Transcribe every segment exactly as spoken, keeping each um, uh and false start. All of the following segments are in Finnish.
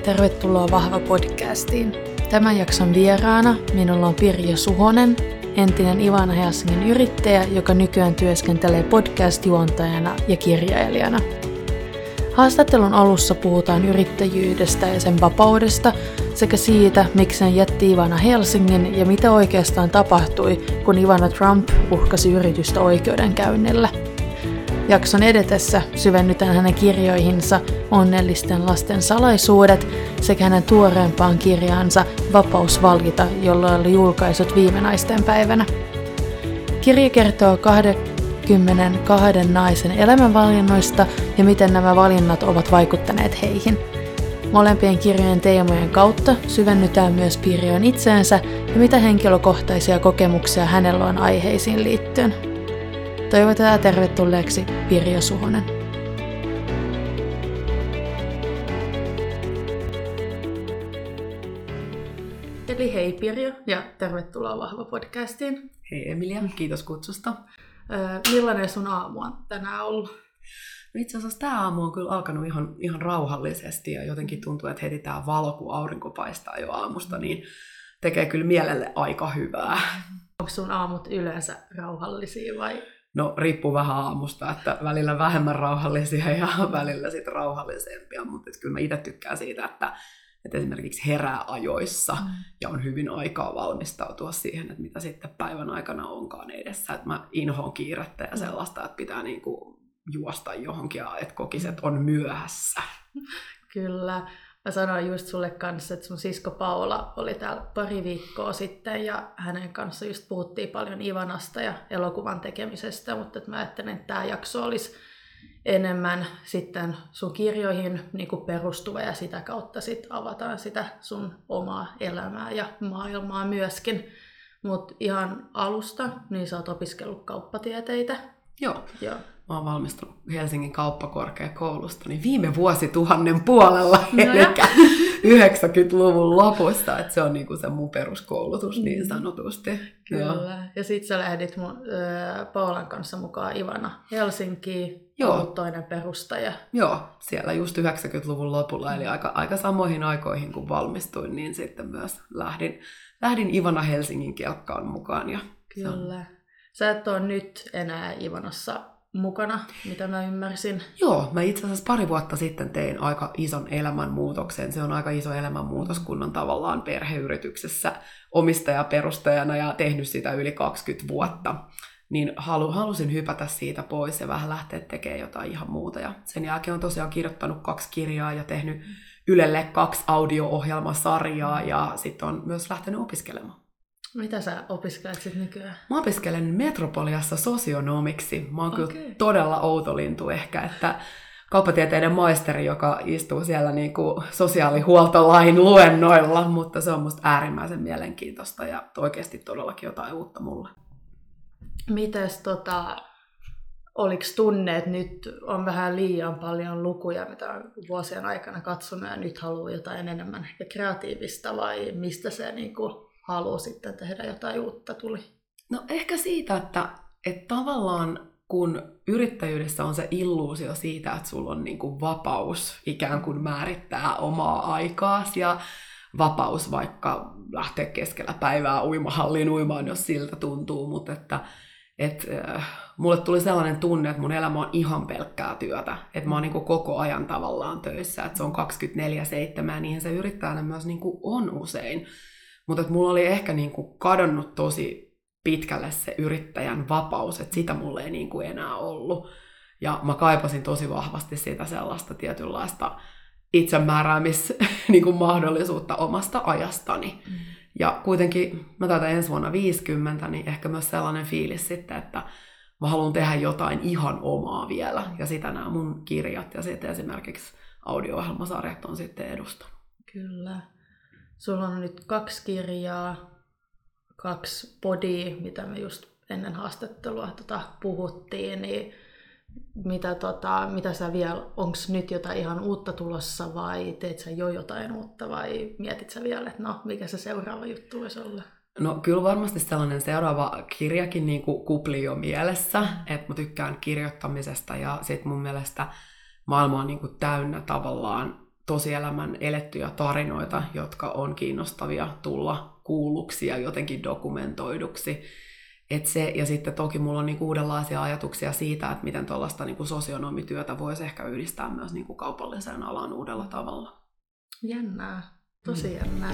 tervetuloa Vahva podcastiin. Tämän jakson vieraana minulla on Pirjo Suhonen, entinen Ivana Helsingin yrittäjä, joka nykyään työskentelee podcast-juontajana ja kirjailijana. Haastattelun alussa puhutaan yrittäjyydestä ja sen vapaudesta sekä siitä, miksi hän jätti Ivana Helsingin ja mitä oikeastaan tapahtui, kun Ivana Trump uhkasi yritystä oikeudenkäynnillä. Jakson edetessä syvennytään hänen kirjoihinsa Onnellisten lasten salaisuudet sekä hänen tuoreempaan kirjaansa Vapaus valita, jolla oli julkaisut viime naistenpäivänä. Kirja kertoo kaksikymmentäkaksi naisen elämänvalinnoista ja miten nämä valinnat ovat vaikuttaneet heihin. Molempien kirjojen teemojen kautta syvennytään myös Pirjoon itseensä ja mitä henkilökohtaisia kokemuksia hänellä on aiheisiin liittyen. Toivotetaan tervetulleeksi Pirjo Suhonen. Eli hei Pirjo ja tervetuloa Vahva podcastiin. Hei Emilia, kiitos kutsusta. Öö, millainen sun aamu on tänään ollut? No itse asiassa tämä aamu on kyllä alkanut ihan, ihan rauhallisesti ja jotenkin tuntuu, että heti tämä valo, kun aurinko paistaa jo aamusta, niin tekee kyllä mielelle aika hyvää. Onko sun aamut yleensä rauhallisia vai? No riippuu vähän aamusta, että välillä vähemmän rauhallisia ja välillä sitten rauhallisempia, mutta kyllä mä itse tykkään siitä, että, että esimerkiksi herää ajoissa mm. ja on hyvin aikaa valmistautua siihen, että mitä sitten päivän aikana onkaan edessä. Että mä inhoon kiirettä ja sellaista, että pitää niinku juosta johonkin ja että kokisi, että on myöhässä. Kyllä. Mä sanoin just sulle kanssa, että sun sisko Paula oli täällä pari viikkoa sitten ja hänen kanssa just puhuttiin paljon Ivanasta ja elokuvan tekemisestä, mutta että mä ajattelin, että tämä jakso olisi enemmän sitten sun kirjoihin niin kuin perustuva ja sitä kautta sit avataan sitä sun omaa elämää ja maailmaa myöskin. Mutta ihan alusta, niin sä oot opiskellut kauppatieteitä. Joo. Joo. Mä oon valmistunut Helsingin kauppakorkeakoulusta niin viime vuosituhannen puolella, no eli yhdeksänkymmentäluvun lopussa, että se on niinku se mun peruskoulutus niin sanotusti. Kyllä. Joo. Ja sit sä lähdit mun, äh, Paulan kanssa mukaan Ivana Helsinkiin, ollut toinen perustaja. Joo, siellä just yhdeksänkymmentäluvun lopulla, eli aika, aika samoihin aikoihin kun valmistuin, niin sitten myös lähdin, lähdin Ivana Helsingin kelkkaan mukaan. Ja Kyllä. Sä et ole nyt enää Ivanassa mukana, mitä mä ymmärsin. Joo, mä itse asiassa pari vuotta sitten tein aika ison elämänmuutoksen. Se on aika iso elämänmuutos, kun on tavallaan perheyrityksessä omistajaperustajana ja tehnyt sitä yli kaksikymmentä vuotta. Niin halu, halusin hypätä siitä pois ja vähän lähteä tekemään jotain ihan muuta. Ja sen jälkeen olen tosiaan kirjoittanut kaksi kirjaa ja tehnyt Ylelle kaksi audio-ohjelmasarjaa ja sitten on myös lähtenyt opiskelemaan. Mitä sä opiskelet sitten nykyään? Mä opiskelen Metropoliassa sosionomiksi. Mä oon okay. kyllä todella outo lintu ehkä, että kauppatieteiden maisteri, joka istuu siellä niinku sosiaalihuoltolain luennoilla, mutta se on musta äärimmäisen mielenkiintoista ja oikeasti todellakin jotain uutta mulle. Mites tota, oliko tunne, että nyt on vähän liian paljon lukuja, mitä on vuosien aikana katsonut ja nyt haluaa jotain enemmän ehkä kreatiivista vai mistä se niinku haluaa sitten tehdä jotain uutta tuli? No ehkä siitä, että, että tavallaan kun yrittäjyydessä on se illuusio siitä, että sulla on niin kuin vapaus ikään kuin määrittää omaa aikaasi ja vapaus vaikka lähteä keskellä päivää uimahalliin uimaan, jos siltä tuntuu, mutta että et, äh, mulle tuli sellainen tunne, että mun elämä on ihan pelkkää työtä, että mä oon niin kuin koko ajan tavallaan töissä, että se on kaksikymmentäneljä seitsemän ja niinhän se yrittäjänä myös niin kuin on usein. Mutta mulla oli ehkä niinku kadonnut tosi pitkälle se yrittäjän vapaus, että sitä mulla ei niinku enää ollut. Ja mä kaipasin tosi vahvasti siitä sellaista tietynlaista itsemääräämismahdollisuutta omasta ajastani. Mm. Ja kuitenkin mä täytän ensi vuonna viisikymmentä, niin ehkä myös sellainen fiilis sitten, että mä haluan tehdä jotain ihan omaa vielä. Ja sitä nämä mun kirjat ja sitten esimerkiksi audio-ohjelmasarjat on sitten edustanut. Kyllä. Sulla on nyt kaksi kirjaa, kaksi podia, mitä me just ennen haastattelua tota, puhuttiin, niin mitä, tota, mitä sä vielä, onko nyt jotain ihan uutta tulossa vai teet sä jo jotain uutta vai mietit sä vielä, että no mikä se seuraava juttu voisi olla? No kyllä varmasti sellainen seuraava kirjakin niin kuin kuplii jo mielessä, että mä tykkään kirjoittamisesta ja sit mun mielestä maailma on niin kuin täynnä tavallaan tosielämän elettyjä tarinoita, jotka on kiinnostavia tulla kuulluksi ja jotenkin dokumentoiduksi. Et se, ja sitten toki mulla on niinku uudenlaisia ajatuksia siitä, että miten tuollaista niinku sosionomityötä voisi ehkä yhdistää myös niinku kaupalliseen alaan uudella tavalla. Jännää, tosi mm. jännää.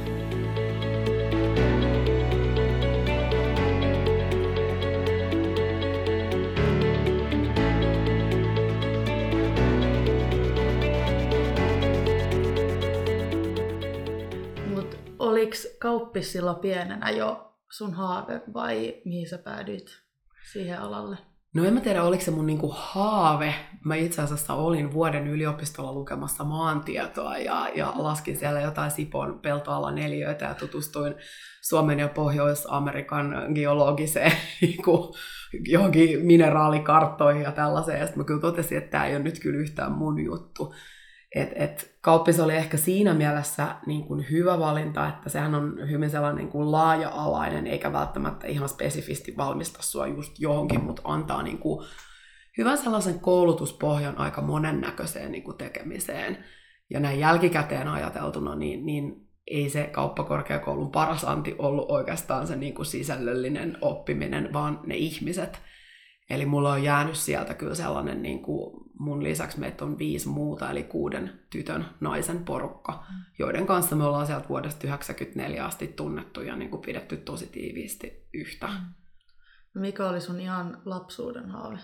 Mut oliks kauppis silloin pienenä jo sun haave vai mihin sä päädyit siihen alalle? No en mä tiedä, oliko se mun niinku haave. Mä itse asiassa olin vuoden yliopistolla lukemassa maantietoa ja, ja laskin siellä jotain Sipon peltoalan neliöitä ja tutustuin Suomen ja Pohjois-Amerikan geologiseen niinku, johonkin mineraalikarttoihin ja tällaiseen. Ja sitten mä kyllä totesin, että tää ei ole nyt kyllä yhtään mun juttu. Et, et kauppis oli ehkä siinä mielessä niin kuin hyvä valinta, että sehän on hyvin sellainen niin kuin laaja-alainen, eikä välttämättä ihan spesifisti valmista sua just johonkin, mutta antaa niin kuin hyvän sellaisen koulutuspohjan aika monennäköiseen niin kuin tekemiseen. Ja näin jälkikäteen ajateltuna, niin, niin ei se kauppakorkeakoulun paras anti ollut oikeastaan se niin kuin sisällöllinen oppiminen, vaan ne ihmiset. Eli mulla on jäänyt sieltä kyllä sellainen, niin kuin mun lisäksi meitä on viisi muuta, eli kuuden tytön naisen porukka, joiden kanssa me ollaan sieltä vuodesta yhdeksänkymmentäneljä asti tunnettu ja niin kuin pidetty tosi tiiviisti yhtä. Mikä oli sun ihan lapsuuden haave?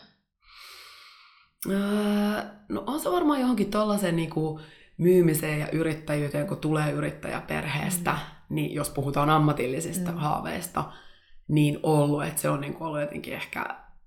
Öö, no on se varmaan johonkin tollaisen niin kuin myymiseen ja yrittäjyyteen, kun tulee yrittäjäperheestä, mm. niin jos puhutaan ammatillisista mm. haaveista, niin ollut, että se on niin kuin ollut jotenkin ehkä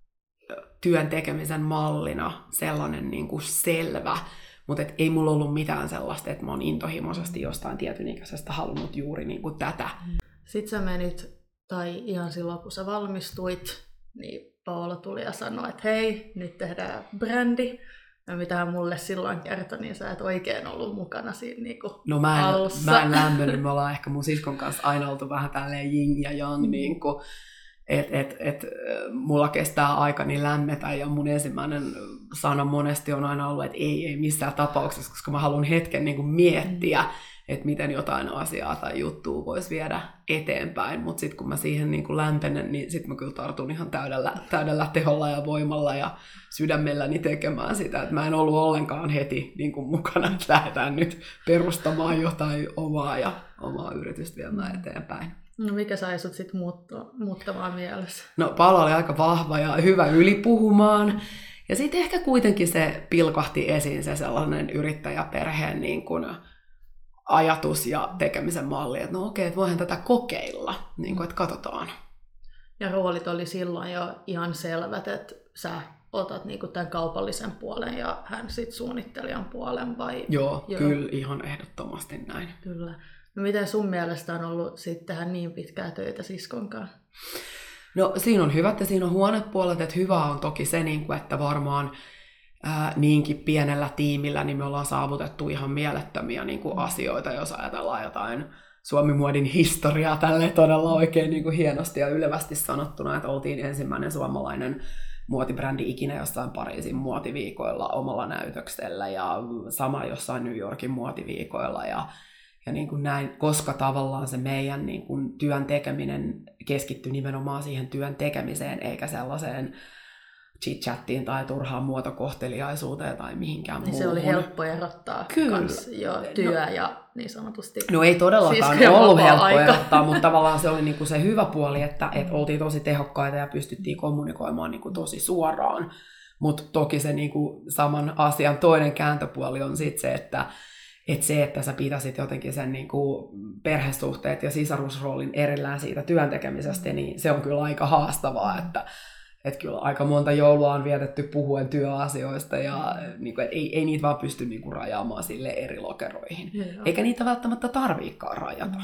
työn tekemisen mallina sellainen niin kuin selvä, mutta ei mulla ollut mitään sellaista, että mä oon intohimoisesti jostain tietyn ikäisestä halunnut juuri niin kuin tätä. Sitten sä menit, tai ihan silloin kun sä valmistuit, niin Paula tuli ja sanoi, että hei, nyt tehdään brändi. Ja mitä hän mulle silloin kertoi, niin sä et oikein ollut mukana siinä niin kuin no mä en, alussa. mä en lämmönyt, me ollaan ehkä mun siskon kanssa aina oltu vähän tälleen yin ja yang, mm. niin kuin että et, et, mulla kestää aika niin lämmetä, ja mun ensimmäinen sana monesti on aina ollut, että ei, ei missään tapauksessa, koska mä haluan hetken niin kuin miettiä, mm. että miten jotain asiaa tai juttua voisi viedä eteenpäin, mutta sitten kun mä siihen niin kuin lämpenen, niin sitten mä kyllä tartun ihan täydellä, täydellä teholla ja voimalla ja sydämelläni tekemään sitä, että mä en ollut ollenkaan heti niin kuin mukana, että lähdetään nyt perustamaan jotain omaa ja omaa yritystä viemään eteenpäin. No mikä sai sut sitten muuttamaan mielessä? No Paula oli aika vahva ja hyvä ylipuhumaan. Ja sitten ehkä kuitenkin se pilkahti esiin se sellainen yrittäjäperheen niin kuin ajatus ja tekemisen malli, että no okei, että voihan tätä kokeilla, niin kuin, että katsotaan. Ja roolit oli silloin jo ihan selvät, että sä otat niin kuin tämän kaupallisen puolen ja hän sitten suunnittelijan puolen vai? Joo, Joo, kyllä ihan ehdottomasti näin. Kyllä. No miten sun mielestä on ollut sitten tehdä niin pitkää töitä siskonkaan? No siinä on hyvät ja siinä on huonot puolet, että hyvä on toki se, että varmaan ää, niinkin pienellä tiimillä niin me ollaan saavutettu ihan mielettömiä niin kuin asioita, jos ajatellaan jotain Suomi-muodin historiaa tälleen todella oikein niin kuin hienosti ja ylevästi sanottuna, että oltiin ensimmäinen suomalainen muotibrändi ikinä jossain Pariisin muotiviikoilla omalla näytöksellä ja sama jossain New Yorkin muotiviikoilla ja Ja niin kuin näin, koska tavallaan se meidän niin kuin työn tekeminen keskittyi nimenomaan siihen työn tekemiseen, eikä sellaiseen chit-chattiin tai turhaan muotokohteliaisuuteen tai mihinkään niin muuhun. Se oli helppo erottaa kans jo työ no, ja niin sanotusti. No ei todellakaan siis ollut helppo aika. erottaa, mutta tavallaan se oli niin kuin se hyvä puoli, että et oltiin tosi tehokkaita ja pystyttiin kommunikoimaan niin kuin tosi suoraan. Mutta toki se niin kuin saman asian toinen kääntöpuoli on sitten se, että Että se, että sä pitäisit jotenkin sen niin kuin perhesuhteet ja sisarusroolin erillään siitä työntekemisestä, niin se on kyllä aika haastavaa, että, että kyllä aika monta joulua on vietetty puhuen työasioista ja niin kuin, ei, ei niitä vaan pysty niin kuin rajaamaan sille eri lokeroihin. Joo. Eikä niitä välttämättä tarviikaan rajata.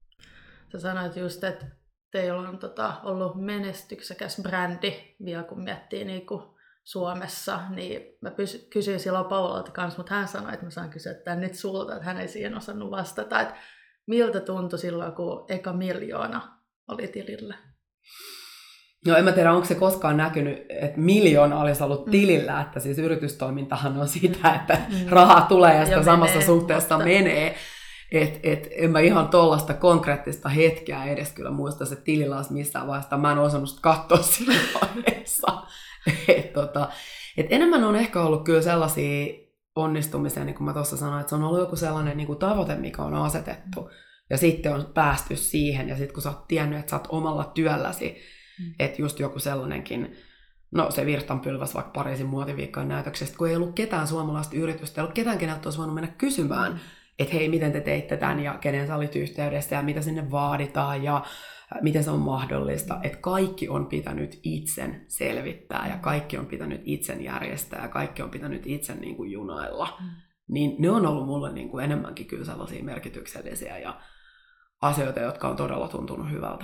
Sä sanoit just, että teillä on tota, ollut menestyksekäs brändi vielä kun miettii niin kuin Suomessa, niin mä pysy, kysyin silloin Paulalta kanssa, mutta hän sanoi, että mä saan kysyä tämän nyt sulta, että hän ei siihen osannut vastata, että miltä tuntui silloin, kun eka miljoona oli tilillä? No en mä tiedä, onko se koskaan näkynyt, että miljoona olisi ollut tilillä, että siis yritystoimintahan on sitä, että rahaa tulee ja sitä ja samassa menee, suhteessa mutta menee. Että et, en mä ihan tollaista konkreettista hetkeä edes kyllä muista se tilillä olisi missään vaiheessa. Mä en osannut katsoa siinä vaiheessa. Et, tota, et enemmän on ehkä ollut kyllä sellaisia onnistumisia, niin kuin mä tuossa sanoin, että se on ollut joku sellainen niin kuin tavoite, mikä on asetettu. Ja sitten on päästy siihen, ja sitten kun sä oot tiennyt, että sä oot omalla työlläsi, mm. että just joku sellainenkin, no se virstanpylväs vaikka Pariisin muotiviikkojen näytöksestä, kun ei ollut ketään suomalaista yritystä, ei ollut ketään, keneltä olisi voinut mennä kysymään, mm. että hei, miten te teitte tämän, ja kenen sä olit yhteydessä, ja mitä sinne vaaditaan, ja miten se on mahdollista. Että kaikki on pitänyt itsen selvittää, ja kaikki on pitänyt itsen järjestää, ja kaikki on pitänyt itsen niin kuin junailla. Mm. Niin ne on ollut mulle niin kuin enemmänkin kyllä sellaisia merkityksellisiä, ja asioita, jotka on todella tuntunut hyvältä.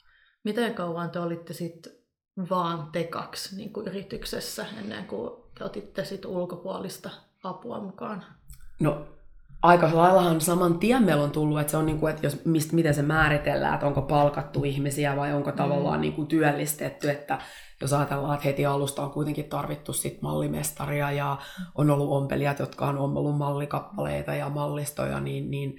Miten kauan te olitte sitten vaan te kaksi niin kuin yrityksessä ennen kuin te otitte sit ulkopuolista apua mukaan? No aika laillahan saman tien meillä on tullut, että se on niin kuin, että jos, mistä, miten se määritellään, että onko palkattu ihmisiä vai onko tavallaan mm. niin kuin työllistetty, että jos ajatellaan, että heti alusta on kuitenkin tarvittu sit mallimestaria ja on ollut ompelijat, jotka on ollut mallikappaleita ja mallistoja, niin, niin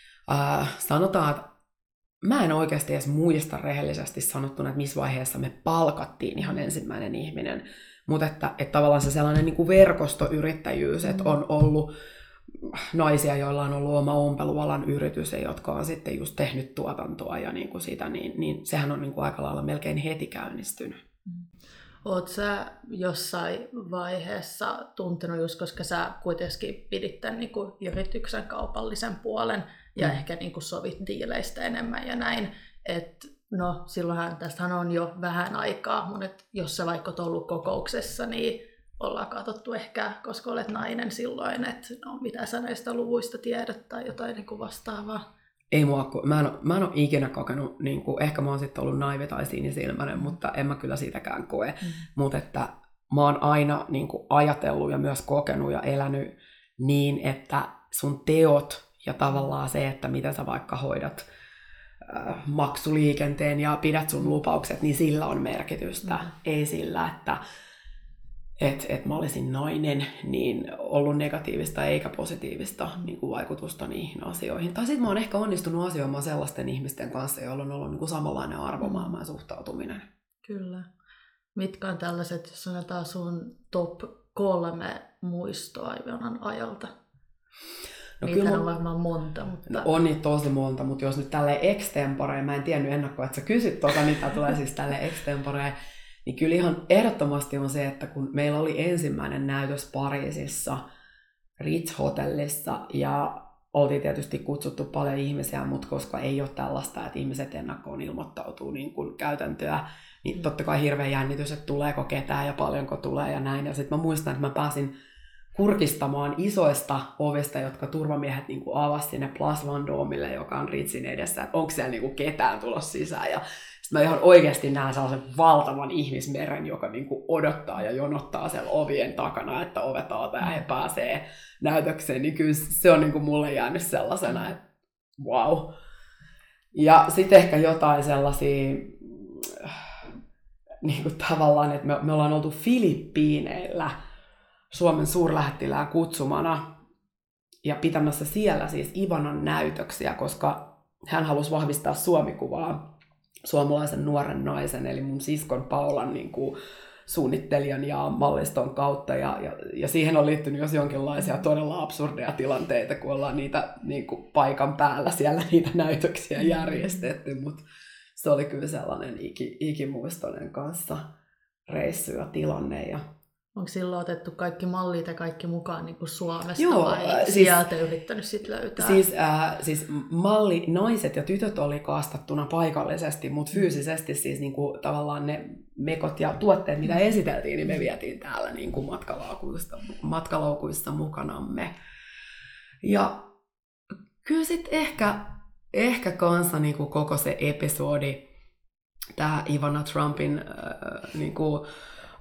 Äh, sanotaan, että mä en oikeasti edes muista rehellisesti sanottuna, että missä vaiheessa me palkattiin ihan ensimmäinen ihminen, mutta että, että tavallaan se sellainen niin kuin verkostoyrittäjyys, että on ollut naisia, joilla on ollut oma ompelualan yritys ja jotka on sitten just tehnyt tuotantoa ja niin kuin sitä, niin, niin sehän on niin kuin aika lailla melkein heti käynnistynyt. Oot sä jossain vaiheessa tuntenut, just koska sä kuitenkin pidit tämän niin kuin yrityksen kaupallisen puolen ja mm. ehkä niin kuin sovit diileistä enemmän ja näin, että no silloinhan tästähän on jo vähän aikaa, mutta et jos sä vaikka oot ollut kokouksessa, niin ollaan katsottu ehkä, koska olet nainen silloin, että no mitä sä näistä luvuista tiedät tai jotain niin kuin vastaavaa. Ei mua, mä en, mä en ole ikinä kokenut, niin kuin, ehkä mä oon sitten ollut naivi tai sinisilmäinen, mutta en mä kyllä siitäkään koe. Mm. Mutta että mä oon aina niin kuin, ajatellut ja myös kokenut ja elänyt niin, että sun teot ja tavallaan se, että miten sä vaikka hoidat äh, maksuliikenteen ja pidät sun lupaukset, niin sillä on merkitystä. Mm. Ei sillä, että että et mä olisin nainen, niin ollut negatiivista eikä positiivista niin kuin vaikutusta niihin asioihin. Tai sitten mä oon ehkä onnistunut asioimaan sellaisten ihmisten kanssa, joilla on ollut niin kuin samanlainen arvomaailma ja suhtautuminen. Kyllä. Mitkä on tällaiset, jos sanotaan sun top kolme muistoa Ivanan ajalta? No, niitä on varmaan monta. Mutta... No on niitä tosi monta, mutta jos nyt tälleen extemporeen, mä en tiennyt ennakkoa, että sä kysyt tuota, niin tää tulee siis tälleen extemporeen. Niin kyllä ihan ehdottomasti on se, että kun meillä oli ensimmäinen näytös Pariisissa, Ritz-hotellissa, ja oltiin tietysti kutsuttu paljon ihmisiä, mutta koska ei ole tällaista, että ihmiset ennakkoon ilmoittautuu niin kuin käytäntöä, niin totta kai hirveä jännitys, että tuleeko ketään ja paljonko tulee ja näin. Ja sitten mä muistan, että mä pääsin kurkistamaan isoista ovista, jotka turvamiehet niin kuin avasi sinne Place Vendômelle, joka on Ritzin edessä, että onko siellä niin kuin ketään tulossa sisään. Ja sitten mä ihan oikeasti näen sellaisen valtavan ihmismeren, joka niin kuin odottaa ja jonottaa siellä ovien takana, että ovet avataan ja he pääsee näytökseen. Niin kyllä se on niin kuin mulle jäänyt sellaisena, että wow. Ja sitten ehkä jotain sellaisia, niin kuin tavallaan, että me, me ollaan oltu Filippiineillä Suomen suurlähettilään kutsumana ja pitämässä siellä siis Ivanan näytöksiä, koska hän halusi vahvistaa Suomikuvaa suomalaisen nuoren naisen, eli mun siskon Paulan niin kuin, suunnittelijan ja malliston kautta. Ja, ja, ja siihen on liittynyt jos jonkinlaisia todella absurdeja tilanteita, kun ollaan niitä niin kuin, paikan päällä siellä niitä näytöksiä järjestetty, mutta se oli kyllä sellainen iki, ikimuistoinen kanssa reissu ja tilanne. Ja onko silloin otettu kaikki mallit ja kaikki mukaan niin kuin Suomesta? Joo, vai siis, sieltä yrittänyt sit löytää? Siis, äh, siis malli, naiset ja tytöt oli kaastattuna paikallisesti, mutta fyysisesti siis niin kuin, tavallaan ne mekot ja tuotteet, mitä esiteltiin, niin me vietiin täällä niin kuin matkalaukuissa, matkalaukuissa mukanamme. Ja kyllä sitten ehkä, ehkä kanssa niin kuin koko se episodi, tämä Ivana Trumpin äh, niin kuin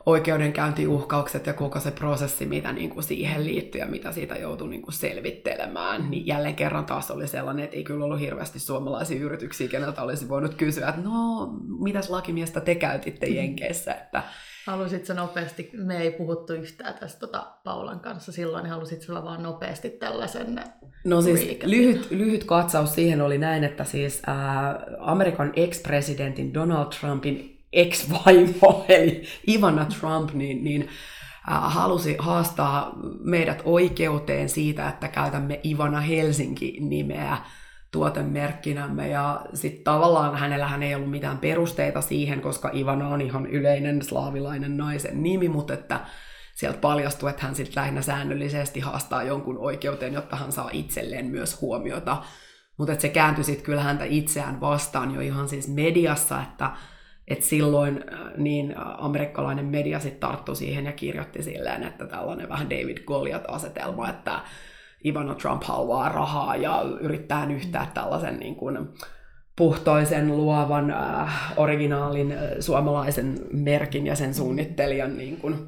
oikeudenkäyntiuhkaukset ja koko se prosessi, mitä niin kuin siihen liittyy ja mitä siitä joutui niin kuin selvittelemään, niin jälleen kerran taas oli sellainen, että ei kyllä ollut hirveästi suomalaisia yrityksiä, keneltä olisi voinut kysyä, että no, mitäs lakimiestä te käytitte Jenkeissä, että halusitko nopeasti, me ei puhuttu yhtään tästä tota Paulan kanssa silloin, niin halusitko vaan nopeasti tällaisen No siis lyhyt, lyhyt katsaus siihen oli näin, että siis ää, Amerikan ex-presidentin Donald Trumpin ex-vaimo, eli Ivana Trump, niin, niin ää, halusi haastaa meidät oikeuteen siitä, että käytämme Ivana Helsinki-nimeä tuotemerkkinämme, ja sitten tavallaan hänellähän ei ollut mitään perusteita siihen, koska Ivana on ihan yleinen slaavilainen naisen nimi, mutta että sieltä paljastui, että hän sitten lähinnä säännöllisesti haastaa jonkun oikeuteen, jotta hän saa itselleen myös huomiota. Mutta se kääntyi sitten kyllä häntä itseään vastaan jo ihan siis mediassa, että et silloin niin amerikkalainen media sitten tarttui siihen ja kirjoitti silleen, että tällainen vähän David Goliath-asetelma, että Ivana Trump haluaa rahaa ja yrittää nyhtää tällaisen niin kuin puhtoisen, luovan, äh, originaalin äh, suomalaisen merkin ja sen suunnittelijan niin kuin,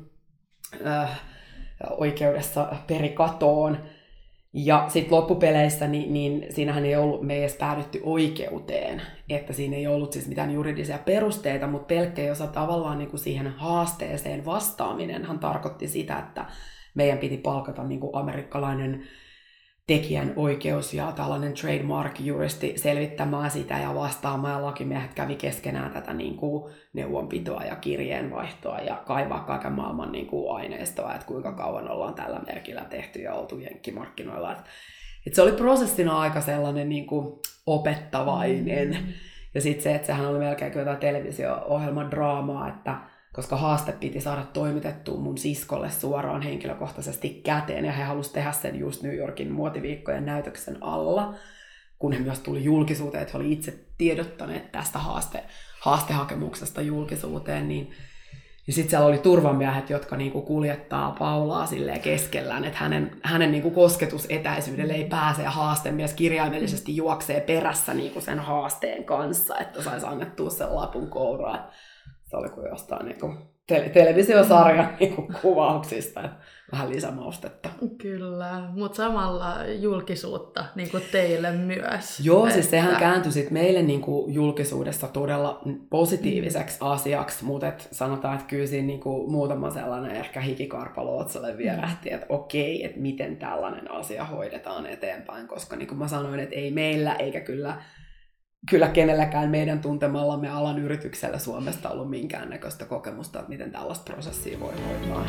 äh, oikeudessa perikatoon. Ja sitten loppupeleissä, niin, niin siinähän ei ollut, me ei edes päädytty oikeuteen, että siinä ei ollut siis mitään juridisia perusteita, mutta pelkkä jossa tavallaan niin kuin siihen haasteeseen vastaaminenhan tarkoitti sitä, että meidän piti palkata niin kuin amerikkalainen tekijän oikeus ja tällainen trademark-juristi selvittämään sitä ja vastaamaan, ja lakimiehet kävi keskenään tätä niin kuin neuvonpitoa ja kirjeenvaihtoa ja kaivaa kaiken maailman niin kuin aineistoa, että kuinka kauan ollaan tällä merkillä tehty ja oltu jenkkimarkkinoilla. Et, et se oli prosessina aika sellainen niin kuin opettavainen. Mm-hmm. Ja sitten se, että sehän oli melkein kuin jotain televisio-ohjelman draamaa, että koska haaste piti saada toimitettua mun siskolle suoraan henkilökohtaisesti käteen, ja he halusivat tehdä sen just New Yorkin muotiviikkojen näytöksen alla, kun he myös tuli julkisuuteen, että he olivat itse tiedottaneet tästä haaste, haastehakemuksesta julkisuuteen, niin, niin sitten siellä oli turvamiehet, jotka niinku kuljettaa Paulaa silleen keskellään, että hänen, hänen niinku kosketusetäisyydelle ei pääse, ja haastemies kirjaimellisesti juoksee perässä niinku sen haasteen kanssa, että saisi annettua sen lapun kouraan. Se oli kuin jostain niin kuin te- televisiosarjan niin kuin kuvauksista, että vähän lisämaustetta. Kyllä, mutta samalla julkisuutta niin kuin teille myös. Joo, että siis sehän kääntyi sit meille niin kuin julkisuudessa todella positiiviseksi asiaksi, mutta et sanotaan, että kyllä siinä niin kuin muutama sellainen ehkä hikikarpa luotsalle vierähti, että okei, että miten tällainen asia hoidetaan eteenpäin, koska niin kuin mä sanoin, että ei meillä eikä kyllä Kyllä kenelläkään meidän tuntemallamme alan yrityksellä Suomesta ollut minkäännäköistä kokemusta, että miten tällaista prosessia voi hoitaa.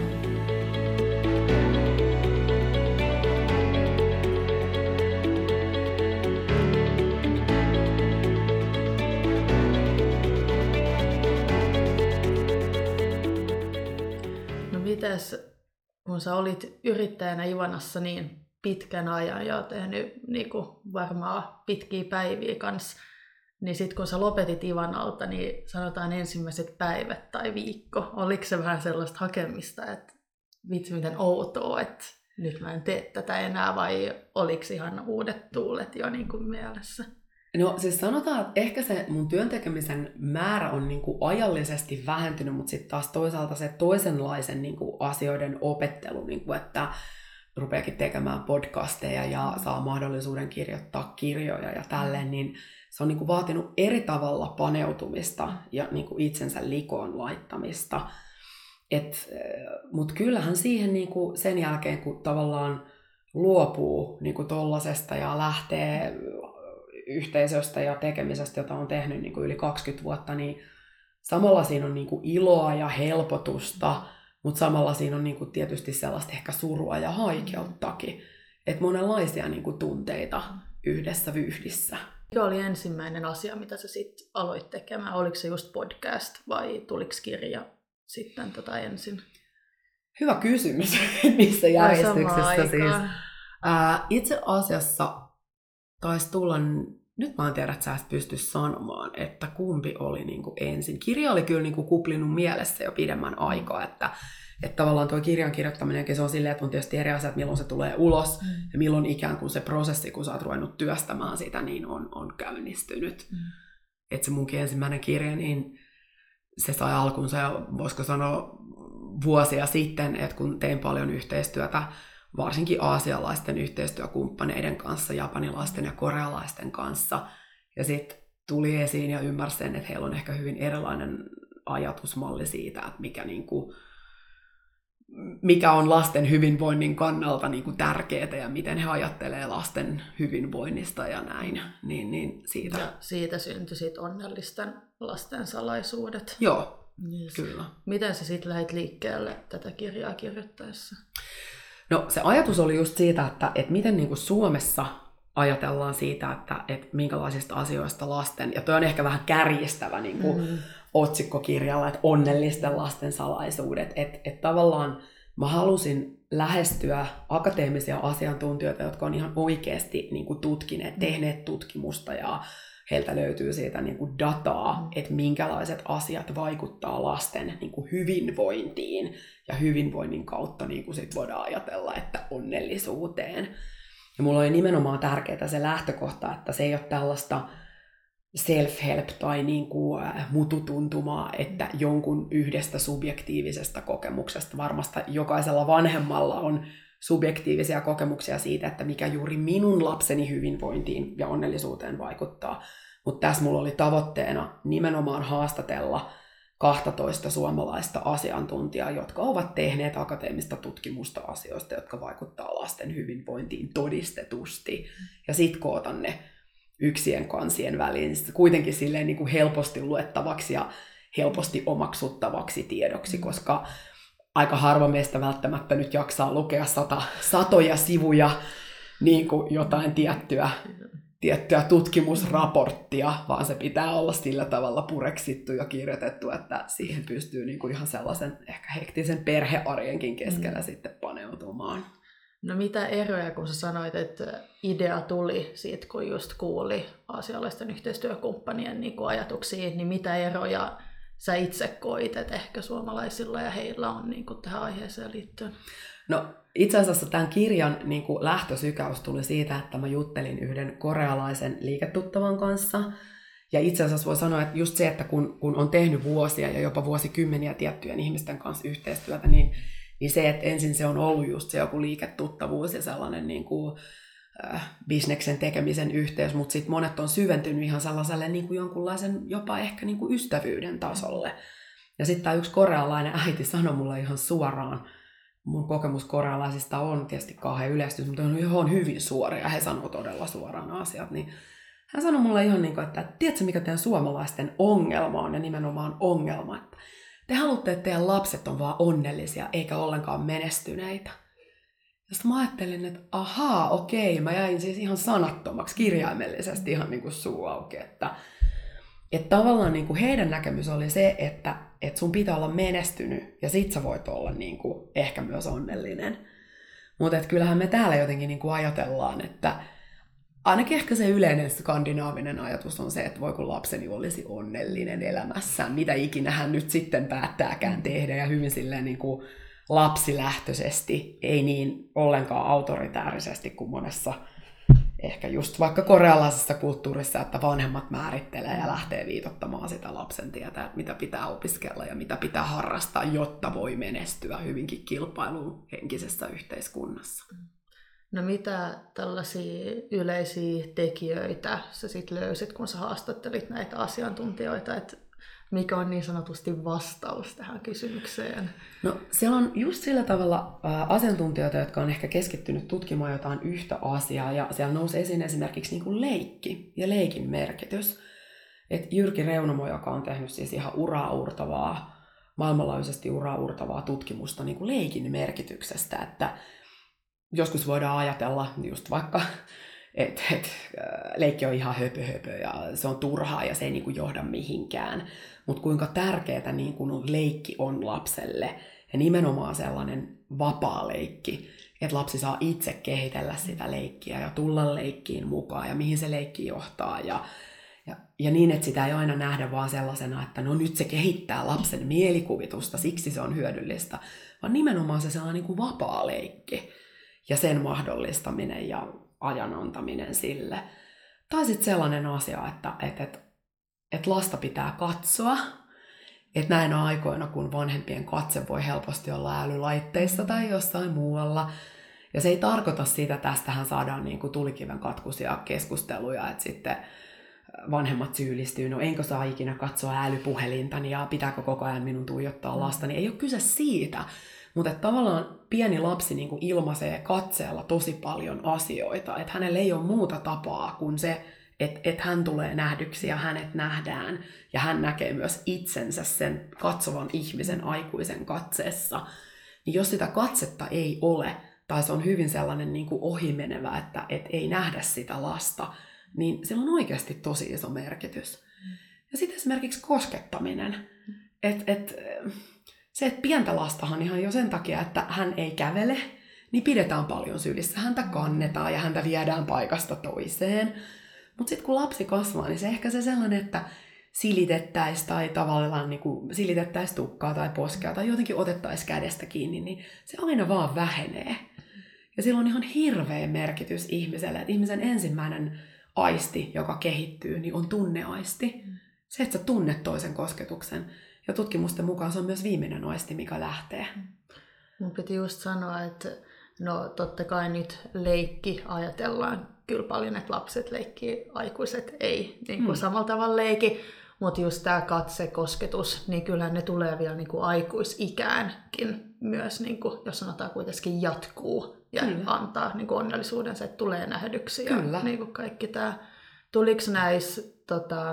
No mites, kun sä olit yrittäjänä Ivanassa niin pitkän ajan ja tehnyt niin kuin varmaan pitkiä päiviä kanssa, niin sitten kun sä lopetit Ivanalta, niin sanotaan ensimmäiset päivät tai viikko. Oliko se vähän sellaista hakemista, että vitsi miten outoa, että nyt mä en tee tätä enää, vai oliko ihan uudet tuulet jo niin kuin mielessä? No siis sanotaan, että ehkä se mun työntekemisen määrä on niin kuin ajallisesti vähentynyt, mutta sitten taas toisaalta se toisenlaisen niin kuin asioiden opettelu, niin kuin että rupeakin tekemään podcasteja ja saa mahdollisuuden kirjoittaa kirjoja ja tälleen, niin se on niin kuin vaatinut eri tavalla paneutumista ja niin kuin itsensä likoon laittamista. Mutta kyllähän siihen niin kuin sen jälkeen, kun tavallaan luopuu niin kuin tollasesta ja lähtee yhteisöstä ja tekemisestä, jota on tehnyt niin kuin yli kaksikymmentä vuotta, niin samalla siinä on niin kuin iloa ja helpotusta, mutta samalla siinä on niin kuin tietysti sellaista ehkä surua ja haikeuttakin. Että monenlaisia niin kuin tunteita yhdessä vyyhdissä. Mikä oli ensimmäinen asia, mitä sä sitten aloit tekemään? Oliko se just podcast vai tuliko kirja sitten tota ensin? Hyvä kysymys, missä järjestyksessä siis. Ää, itse asiassa taisi tulla, nyt mä en tiedä, että sä et pysty sanomaan, että kumpi oli niinku ensin. Kirja oli kyllä niinku kuplinut mielessä jo pidemmän aikaa, että Että tavallaan tuo kirjan kirjoittaminenkin se on silleen, että on tietysti eri asia, että milloin se tulee ulos mm. ja milloin ikään kuin se prosessi, kun sä oot ruvennut työstämään sitä, niin on, on käynnistynyt. Mm. Että se munkin ensimmäinen kirja, niin se sai alkunsa ja voisiko sanoa vuosia sitten, että kun tein paljon yhteistyötä varsinkin aasialaisten yhteistyökumppaneiden kanssa, japanilaisten ja korealaisten kanssa, ja sitten tuli esiin ja ymmärsin, että heillä on ehkä hyvin erilainen ajatusmalli siitä, että mikä, niin kuin, mikä on lasten hyvinvoinnin kannalta niin kuin tärkeää ja miten he ajattelee lasten hyvinvoinnista ja näin. Niin, niin siitä. Ja siitä syntyi sit onnellisten lasten salaisuudet. Joo, yes. Kyllä. Miten sä sitten lähdit liikkeelle tätä kirjaa kirjoittaessa? No se ajatus oli just siitä, että, että miten niin kuin Suomessa ajatellaan siitä, että, että minkälaisista asioista lasten, ja toi on ehkä vähän kärjistävä niin kuin mm. otsikkokirjalla, että onnellisten lasten salaisuudet, että, että tavallaan mä halusin lähestyä akateemisia asiantuntijoita, jotka on ihan oikeasti niin kuin tutkineet, tehneet tutkimusta, ja heiltä löytyy siitä niin kuin dataa, mm. että minkälaiset asiat vaikuttaa lasten niin kuin hyvinvointiin, ja hyvinvoinnin kautta niin kuin sit voidaan ajatella, että onnellisuuteen. Ja mulla oli nimenomaan tärkeää se lähtökohta, että se ei ole tällaista self-help tai niin kuin mututuntumaa, että jonkun yhdestä subjektiivisesta kokemuksesta. Varmasti jokaisella vanhemmalla on subjektiivisia kokemuksia siitä, että mikä juuri minun lapseni hyvinvointiin ja onnellisuuteen vaikuttaa. Mutta tässä mulla oli tavoitteena nimenomaan haastatella kaksitoista suomalaista asiantuntijaa, jotka ovat tehneet akateemista tutkimusta asioista, jotka vaikuttaa lasten hyvinvointiin todistetusti. Ja sit koota ne yksien kansien väliin kuitenkin silleen niin kuin helposti luettavaksi ja helposti omaksuttavaksi tiedoksi, koska aika harva meistä välttämättä nyt jaksaa lukea sata, satoja sivuja niin kuin jotain tiettyä, tiettyä tutkimusraporttia, vaan se pitää olla sillä tavalla pureksittu ja kirjoitettu, että siihen pystyy niin kuin ihan sellaisen ehkä hektisen perhearjenkin keskellä mm. sitten paneutumaan. No mitä eroja, kun sä sanoit, että idea tuli siitä, kun just kuuli aasialaisten yhteistyökumppanien niin kuin ajatuksia, niin mitä eroja sä itse koit, että ehkä suomalaisilla ja heillä on niin kuin tähän aiheeseen liittyen? No itse asiassa tämän kirjan niin kuin lähtösykäys tuli siitä, että mä juttelin yhden korealaisen liiketuttavan kanssa. Ja itse asiassa voi sanoa, että just se, että kun, kun on tehnyt vuosia ja jopa vuosikymmeniä tiettyjen ihmisten kanssa yhteistyötä, niin, niin se, että ensin se on ollut just se joku liiketuttavuus ja sellainen niin kuin, äh, bisneksen tekemisen yhteys, mutta sitten monet on syventynyt ihan sellaiselle niin kuin jonkunlaisen jopa ehkä niin kuin ystävyyden tasolle. Ja sitten tämä yksi korealainen äiti sanoi mulle ihan suoraan, mun kokemus korealaisista on tietysti kauhean yleistys, mutta on, on hyvin suoria, he sanoo todella suoraan asiat, niin hän sanoi mulle ihan niin kuin, että tiedätkö mikä teidän suomalaisten ongelma on, ja nimenomaan ongelma, että te haluatte, että teidän lapset on vaan onnellisia, eikä ollenkaan menestyneitä. Ja sitten mä ajattelin, että ahaa, okei, mä jäin siis ihan sanattomaksi, kirjaimellisesti ihan niin kuin suu auki, että, että tavallaan niin kuin heidän näkemys oli se, että, että sun pitää olla menestynyt, ja sit sä voit olla niin kuin ehkä myös onnellinen. Mutta kyllähän me täällä jotenkin niin kuin ajatellaan, että ainakin ehkä se yleinen skandinaavinen ajatus on se, että voi kun lapseni olisi onnellinen elämässään, mitä ikinä hän nyt sitten päättääkään tehdä, ja hyvin silleen niin kuin lapsilähtöisesti, ei niin ollenkaan autoritäärisesti kuin monessa ehkä just vaikka korealaisessa kulttuurissa, että vanhemmat määrittelee ja lähtee viitottamaan sitä lapsen tietä, että mitä pitää opiskella ja mitä pitää harrastaa, jotta voi menestyä hyvinkin kilpailuun henkisessä yhteiskunnassa. No mitä tällaisia yleisiä tekijöitä sä sit löysit, kun sä haastattelit näitä asiantuntijoita, että mikä on niin sanotusti vastaus tähän kysymykseen? No siellä on just sillä tavalla ä, asiantuntijoita, jotka on ehkä keskittynyt tutkimaan jotain yhtä asiaa, ja siellä nousi esiin esimerkiksi niin kuin leikki ja leikin merkitys. Et Jyrki Reunamo, joka on tehnyt siis ihan uraurtavaa, maailmanlaajuisesti uraurtavaa tutkimusta niin kuin leikin merkityksestä, että joskus voidaan ajatella just vaikka, että et, leikki on ihan höpö, höpö ja se on turhaa ja se ei niinku johda mihinkään. Mutta kuinka tärkeää niinku leikki on lapselle ja nimenomaan sellainen vapaa leikki, että lapsi saa itse kehitellä sitä leikkiä ja tulla leikkiin mukaan ja mihin se leikki johtaa. Ja, ja, ja niin, että sitä ei aina nähdä vaan sellaisena, että no nyt se kehittää lapsen mielikuvitusta, siksi se on hyödyllistä, vaan nimenomaan se sellainen niinku vapaa leikki ja sen mahdollistaminen ja ajan antaminen sille. Tai sitten sellainen asia, että et, et, et lasta pitää katsoa Että näinä aikoina, kun vanhempien katse voi helposti olla älylaitteissa tai jossain muualla. Ja se ei tarkoita sitä, että tästähän saadaan niin kuin tulikiven katkuisia keskusteluja, että sitten vanhemmat syyllistyy, no enkö saa ikinä katsoa älypuhelintani ja pitääkö koko ajan minun tuijottaa lastani. Ei ole kyse siitä, mutta että tavallaan pieni lapsi niin kuin ilmaisee katseella tosi paljon asioita, että hänellä ei ole muuta tapaa kuin se, että et hän tulee nähdyksi ja hänet nähdään ja hän näkee myös itsensä sen katsovan ihmisen aikuisen katseessa. Niin jos sitä katsetta ei ole, tai se on hyvin sellainen niin kuin ohimenevä, että et ei nähdä sitä lasta, niin sillä on oikeasti tosi iso merkitys. Ja sitten esimerkiksi koskettaminen. Et, et, se, että pientä lastahan ihan jo sen takia, että hän ei kävele, niin pidetään paljon sylissä. Häntä kannetaan ja häntä viedään paikasta toiseen. Mutta sitten kun lapsi kasvaa, niin se ehkä se sellainen, että silitettäisiin tai tavallaan niin kuin silitettäisiin tukkaa tai poskea tai jotenkin otettaisiin kädestä kiinni, niin se aina vaan vähenee. Ja sillä on ihan hirveä merkitys ihmiselle, että ihmisen ensimmäinen aisti, joka kehittyy, niin on tunneaisti. Se, että sä tunnet toisen kosketuksen. Ja tutkimusten mukaan se on myös viimeinen aisti, mikä lähtee. Mun piti just sanoa, että no totta kai nyt leikki ajatellaan kyllä paljon, että lapset leikkii, aikuiset ei niin kuin mm. samalla tavalla leiki. Mutta just tämä katsekosketus, niin kyllähän ne tulee vielä niin kuin aikuisikäänkin myös, niin kuin, jos sanotaan kuitenkin jatkuu ja kyllä. antaa niin kuin onnellisuuden se, että tulee nähdyksi. Kyllä. Ja niin kuin kaikki tämä. Tuliko näissä tota,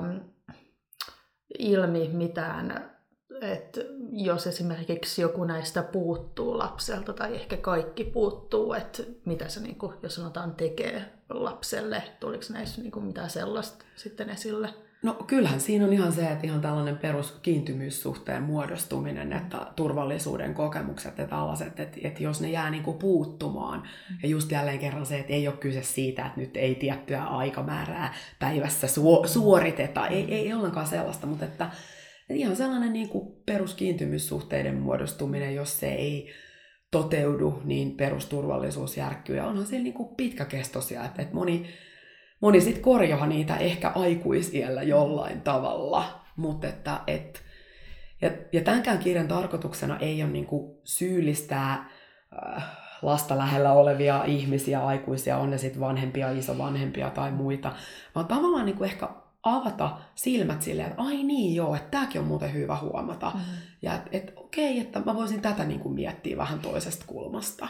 ilmi mitään, että jos esimerkiksi joku näistä puuttuu lapselta tai ehkä kaikki puuttuu, että mitä se, niin kuin, jos sanotaan, tekee lapselle, tuliko näissä niin kuin mitään sellaista sitten esille? No kyllähän siinä on ihan se, että ihan tällainen peruskiintymyssuhteen muodostuminen, että turvallisuuden kokemukset ja tällaiset, että, että jos ne jää niin kuin puuttumaan, mm. ja just jälleen kerran se, että ei ole kyse siitä, että nyt ei tiettyä aikamäärää päivässä su- suoriteta, ei, ei ollenkaan sellaista, mutta että, että ihan sellainen niin kuin peruskiintymyssuhteiden muodostuminen, jos se ei toteudu, niin perusturvallisuus järkkyy, ja onhan siellä niin kuin pitkäkestoisia, että, että moni Moni sitten korjaa niitä ehkä aikuisiällä jollain tavalla, mutta että, et, ja, ja tämänkään kirjan tarkoituksena ei ole niinku syyllistää äh, lasta lähellä olevia ihmisiä, aikuisia, on ne sitten vanhempia, isovanhempia tai muita, vaan tavallaan niinku ehkä avata silmät silleen, että ai niin joo, että tämäkin on muuten hyvä huomata. Mm-hmm. Ja että et, okei, että mä voisin tätä niinku miettiä vähän toisesta kulmasta.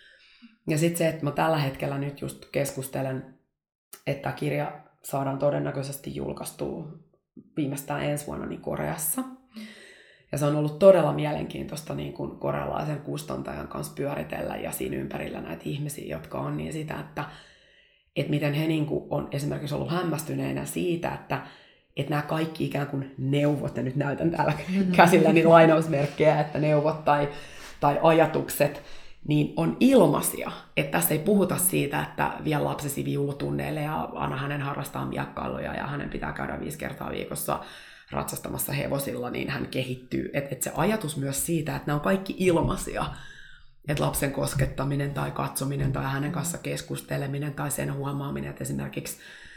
Ja sitten se, että mä tällä hetkellä nyt just keskustelen, että kirja saadaan todennäköisesti julkaistua viimeistään ensi vuonna niin Koreassa. Ja se on ollut todella mielenkiintoista niin kuin korealaisen kustantajan kanssa pyöritellä ja siinä ympärillä näitä ihmisiä, jotka on niin sitä, että, että miten he niin kuin on esimerkiksi ollut hämmästyneinä siitä, että, että nämä kaikki ikään kuin neuvot, ja nyt näytän täällä käsilläni lainausmerkkejä, että neuvot tai, tai ajatukset, niin on ilmaisia. Että tässä ei puhuta siitä, että vie lapsesi viulutunneille ja anna hänen harrastaa miekkailuja ja hänen pitää käydä viisi kertaa viikossa ratsastamassa hevosilla, niin hän kehittyy. Että et se ajatus myös siitä, että nämä on kaikki ilmaisia. Että lapsen koskettaminen tai katsominen tai hänen kanssa keskusteleminen tai sen huomaaminen, että esimerkiksi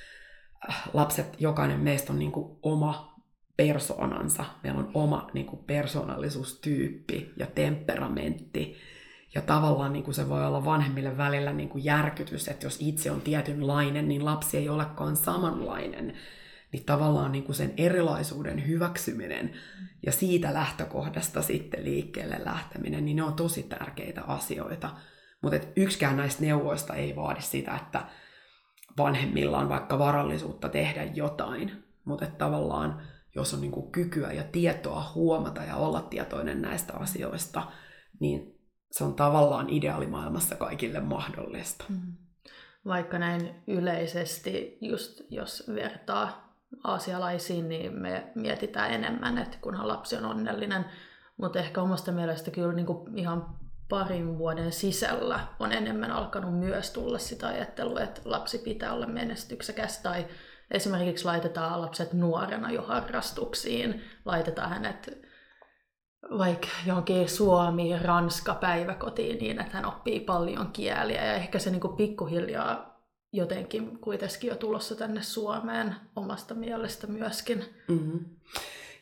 lapset, jokainen meistä on niin kuin oma persoonansa. Meillä on oma niin kuin persoonallisuustyyppi ja temperamentti. Ja tavallaan niin kuin se voi olla vanhemmille välillä niin kuin järkytys, että jos itse on tietynlainen, niin lapsi ei olekaan samanlainen. Niin tavallaan niin kuin sen erilaisuuden hyväksyminen ja siitä lähtökohdasta sitten liikkeelle lähteminen, niin ne on tosi tärkeitä asioita. Mutta yksikään näistä neuvoista ei vaadi sitä, että vanhemmilla on vaikka varallisuutta tehdä jotain. Mutta tavallaan jos on niin kuin kykyä ja tietoa huomata ja olla tietoinen näistä asioista, niin se on tavallaan ideaalimaailmassa kaikille mahdollista. Vaikka näin yleisesti, just jos vertaa aasialaisiin, niin me mietitään enemmän, että kunhan lapsi on onnellinen. Mutta ehkä omasta mielestä kyllä niin kuin ihan parin vuoden sisällä on enemmän alkanut myös tulla sitä ajattelua, että lapsi pitää olla menestyksekäs. Tai esimerkiksi laitetaan lapset nuorena jo harrastuksiin, laitetaan hänet vaikka johonkin Suomi, Ranska päiväkotiin niin, että hän oppii paljon kieliä ja ehkä se niin kuin pikkuhiljaa jotenkin kuitenkin jo tulossa tänne Suomeen omasta mielestä myöskin. Mm-hmm.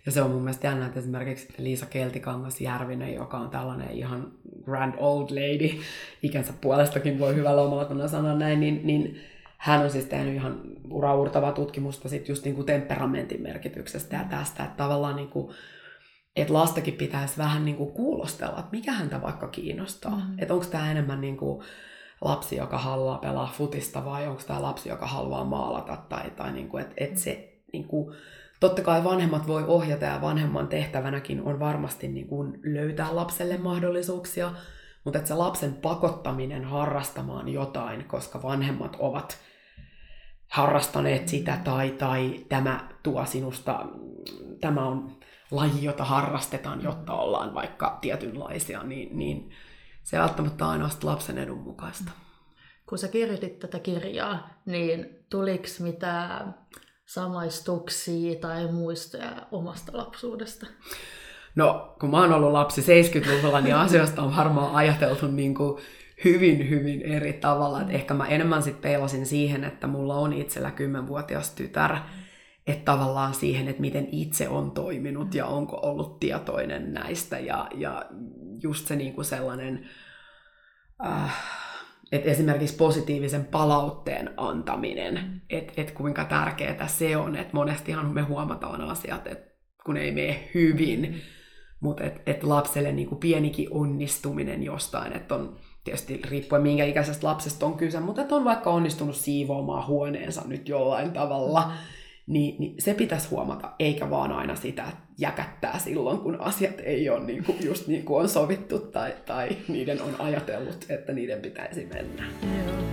Ja se on mun mielestä jännä, että esimerkiksi Liisa Keltikangas-Järvinen, joka on tällainen ihan grand old lady, ikänsä puolestakin voi hyvällä omalla sanoa näin, niin, niin hän on siis tehnyt ihan uraurtavaa tutkimusta sit just niinku temperamentin merkityksestä ja tästä, että tavallaan niinku, että lastakin pitäisi vähän niinku kuulostella, että mikä häntä vaikka kiinnostaa. Mm. Että onko tämä enemmän niinku lapsi, joka haluaa pelaa futista vai onko tämä lapsi, joka haluaa maalata. Tai, tai niinku, että et se, niinku, totta kai vanhemmat voi ohjata ja vanhemman tehtävänäkin on varmasti niinku löytää lapselle mahdollisuuksia, mutta että se lapsen pakottaminen harrastamaan jotain, koska vanhemmat ovat harrastaneet sitä tai, tai tämä tuo sinusta, tämä on laji, jota harrastetaan, jotta ollaan vaikka tietynlaisia, niin, niin se välttämättä aina lapsen edun mukaista. Kun sä kirjoitit tätä kirjaa, niin tuliko mitään samaistuksia tai muistoja omasta lapsuudesta? No, kun mä oon ollut lapsi seitsemänkymmentäluvulla, niin asioista on varmaan ajateltu niin kuin hyvin, hyvin eri tavalla. Et ehkä mä enemmän sit peilasin siihen, että mulla on itsellä kymmenvuotias tytär, että tavallaan siihen, että miten itse on toiminut ja onko ollut tietoinen näistä. Ja, ja just se niin kuin sellainen, äh, että esimerkiksi positiivisen palautteen antaminen, että et kuinka tärkeää se on. Että monestihan me huomataan asiat, että kun ei mene hyvin, mutta että et lapselle niin kuin pienikin onnistuminen jostain, että on tietysti riippuen minkä ikäisestä lapsesta on kyse, mutta että on vaikka onnistunut siivoamaan huoneensa nyt jollain tavalla, niin, niin se pitäisi huomata, eikä vaan aina sitä jäkättää silloin, kun asiat ei ole niin kuin, just niin kuin on sovittu tai, tai niiden on ajatellut, että niiden pitäisi mennä. Joo.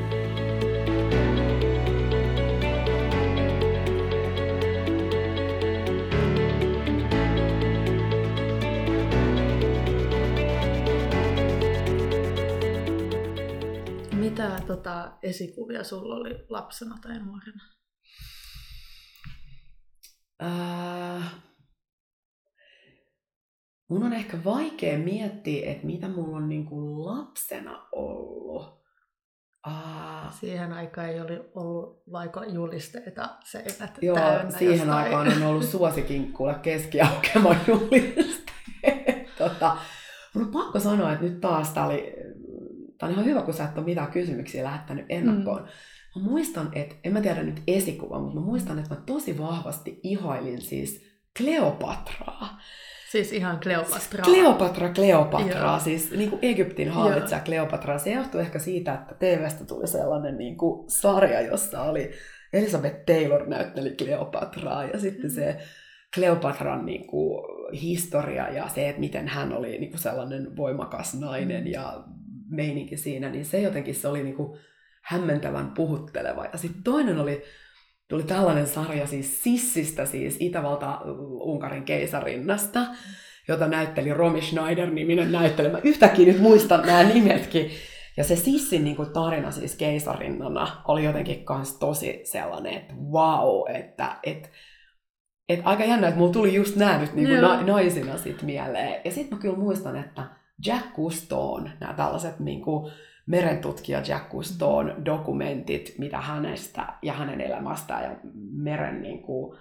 Mitä tota, esikuvia sulla oli lapsena tai nuorena? Äh, mun on ehkä vaikea miettiä, että mitä mulla on niin kuin lapsena ollut. Äh, siihen aikaan ei oli ollut vaikka julisteita seinät joo, täynnä. siihen jostain. aikaan on ollut suosikin kuule keskiaukema julisteet. tota, mun on pakko sanoa, että nyt taas tää oli, tää on ihan hyvä, kun sä et ole mitään kysymyksiä lähettänyt ennakkoon. Mm. Mä muistan, että, en mä tiedä nyt esikuva, mutta mä muistan, että mä tosi vahvasti ihailin siis Kleopatraa. Siis ihan Kleopatraa. Kleopatra, Kleopatraa, Joo. siis niin kuin Egyptin hallitsija Kleopatraa. Se johtui ehkä siitä, että T V:stä tuli sellainen niin kuin sarja, jossa oli Elizabeth Taylor näytteli Kleopatraa ja sitten se Kleopatran niin kuin historia ja se, että miten hän oli niin kuin sellainen voimakas nainen ja meininki siinä, niin se jotenkin se oli niin kuin hämmentävän puhutteleva. Ja sitten toinen oli, tuli tällainen sarja siis Sissistä, siis Itävalta-Unkarin keisarinnasta, jota näytteli Romy Schneider-niminen näyttelemä. Yhtäkkiä nyt muistan nämä nimetkin. Ja se Sissin niin kuin tarina siis keisarinnana oli jotenkin kans tosi sellainen, että wow, että et, et aika jännä, että mulla tuli just nämä nyt niin kuin na- naisina sit mieleen. Ja sitten mä kyllä muistan, että Jack Cousteau'n, nämä tällaiset niin kuin merentutkija Jack Cousteau'n dokumentit, mitä hänestä ja hänen elämästään ja meren niin kuin,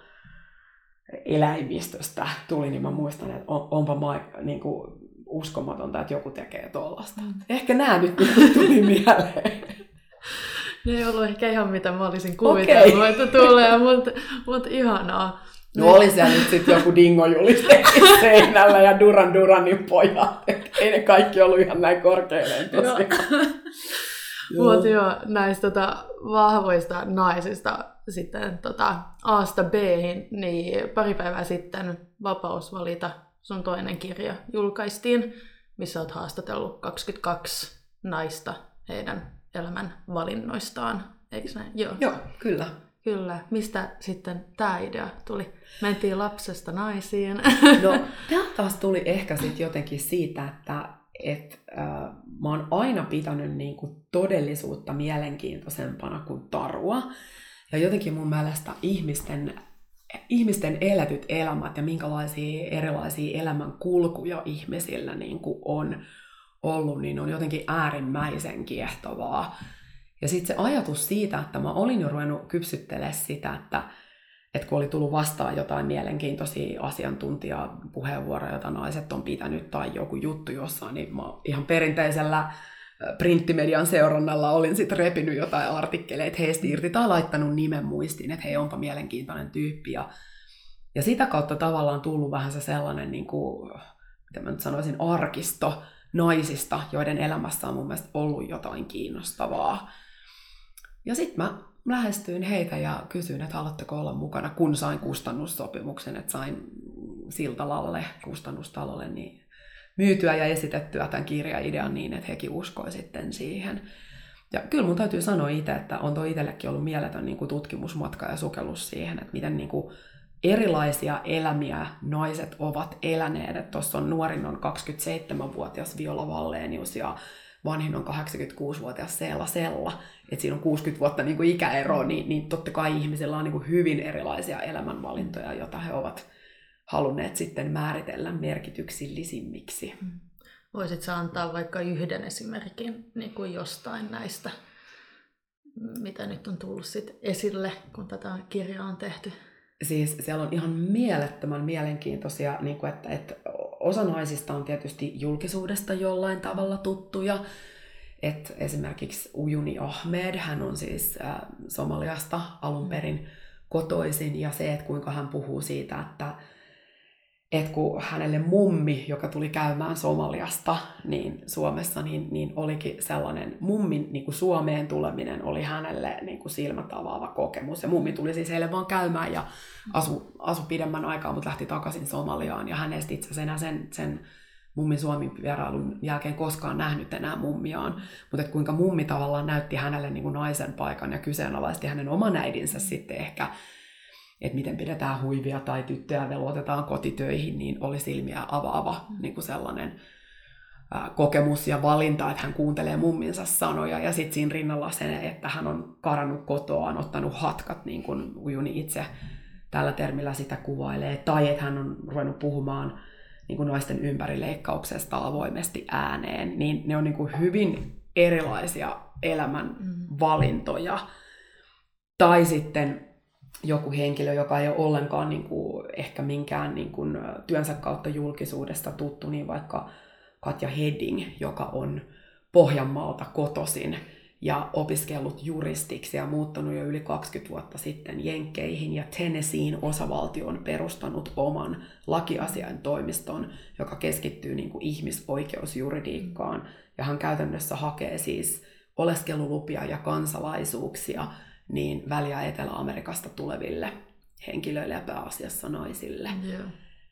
eläimistöstä tuli, niin mä muistan, että on, onpa ma, niin kuin, uskomatonta, että joku tekee tollaista. Mm. Ehkä nämä nyt tuli mieleen. Ne ei ollut ehkä ihan mitä mä olisin kuvitellut, okay. Että tulee, mutta mut ihanaa. No oli siellä nyt sitten joku dingojuliste seinällä ja Duran Duranin pojat. Ei ne kaikki ollut ihan näin korkeilleen tosiaan. Mutta joo, näistä tota, vahvoista naisista sitten tota, A:sta B:hin, niin pari päivää sitten Vapaus valita sun toinen kirja julkaistiin, missä olet haastatellut kaksikymmentäkaksi naista heidän elämän valinnoistaan, eikö näin? Joo. Joo, kyllä. Kyllä. Mistä sitten tämä idea tuli? Mentiin lapsesta naisiin. No, tämä taas tuli ehkä sitten jotenkin siitä, että et, äh, mä oon aina pitänyt niinku todellisuutta mielenkiintoisempana kuin tarua. Ja jotenkin mun mielestä ihmisten, ihmisten elätyt elämät ja minkälaisia erilaisia elämänkulkuja ihmisillä niinku on ollut, niin on jotenkin äärimmäisen kiehtovaa. Ja sitten se ajatus siitä, että mä olin jo ruvennut kypsyttelemään sitä, että että kun oli tullut vastaan jotain mielenkiintoisia asiantuntijapuheenvuoroja, joita naiset on pitänyt tai joku juttu jossain, niin mä ihan perinteisellä printtimedian seurannalla olin sitten repinyt jotain artikkeleita heistä irti tai laittanut nimen muistiin, että hei, onpa mielenkiintoinen tyyppi. Ja, ja sitä kautta tavallaan tullut vähän se sellainen, niin kuin, mitä mä nyt sanoisin, arkisto naisista, joiden elämässä on mun mielestä ollut jotain kiinnostavaa. Ja sitten mä lähestyin heitä ja kysyin, että haluatteko olla mukana, kun sain kustannussopimuksen, että sain Siltalalle, kustannustalolle, niin myytyä ja esitettyä tämän kirjaidean niin, että hekin uskoi sitten siihen. Ja kyllä mun täytyy sanoa itse, että on tuo itsellekin ollut mieletön niin kuin tutkimusmatka ja sukellus siihen, että miten niin kuin erilaisia elämiä naiset ovat eläneet. Tuossa on nuorin on kaksikymmentäseitsemänvuotias Viola Wallenius ja vanhin on kahdeksankymmentäkuusivuotias Seela Sella. Että siinä on kuusikymmentä vuotta niin kuin ikäero, niin, niin totta kai ihmisillä on niin kuin hyvin erilaisia elämänvalintoja, joita he ovat halunneet sitten määritellä merkityksillisimmiksi. Voisitko sä antaa vaikka yhden esimerkin niin kuin jostain näistä, mitä nyt on tullut sit esille, kun tätä kirjaa on tehty? Siis siellä on ihan mielettömän mielenkiintoisia, niin kuin että, että osa naisista on tietysti julkisuudesta jollain tavalla tuttuja. Et esimerkiksi Ujuni Ahmed, hän on siis äh, Somaliasta alun perin kotoisin, ja se, että kuinka hän puhuu siitä, että et kun hänelle mummi, joka tuli käymään Somaliasta niin Suomessa, niin, niin olikin sellainen, mummin niin kuin Suomeen tuleminen oli hänelle niin kuin silmät avaava kokemus. Ja mummi tuli siis heille vaan käymään ja asui asu pidemmän aikaa, mutta lähti takaisin Somaliaan. Ja hän ei itse asiassa enää sen, sen mummin Suomi-vierailun jälkeen koskaan nähnyt enää mummiaan. Mutta kuinka mummi tavallaan näytti hänelle niin kuin naisen paikan ja kyseenalaisti hänen oman äidinsä sitten ehkä, että miten pidetään huivia tai tyttöjä velotetaan kotitöihin, niin oli silmiä avaava niin kuin sellainen ää, kokemus ja valinta, että hän kuuntelee mumminsa sanoja. Ja sitten siinä rinnalla se, että hän on karannut kotoaan, ottanut hatkat, niin kuin Ujuni itse tällä termillä sitä kuvailee. Tai että hän on ruvennut puhumaan niin kuin naisten ympärileikkauksesta avoimesti ääneen. Niin ne on niin kuin hyvin erilaisia elämän valintoja. Tai sitten joku henkilö, joka ei ole ollenkaan niin kuin, ehkä minkään niin kuin, työnsä kautta julkisuudesta tuttu, niin vaikka Katja Hedding, joka on Pohjanmaalta kotoisin ja opiskellut juristiksi ja muuttanut jo yli kaksikymmentä vuotta sitten Jenkkeihin, ja Tennesseein osavaltio on perustanut oman lakiasiaintoimiston, joka keskittyy niin kuin ihmisoikeusjuridiikkaan, ja hän käytännössä hakee siis oleskelulupia ja kansalaisuuksia niin Väli- ja Etelä-Amerikasta tuleville henkilöille ja pääasiassa naisille. Joo.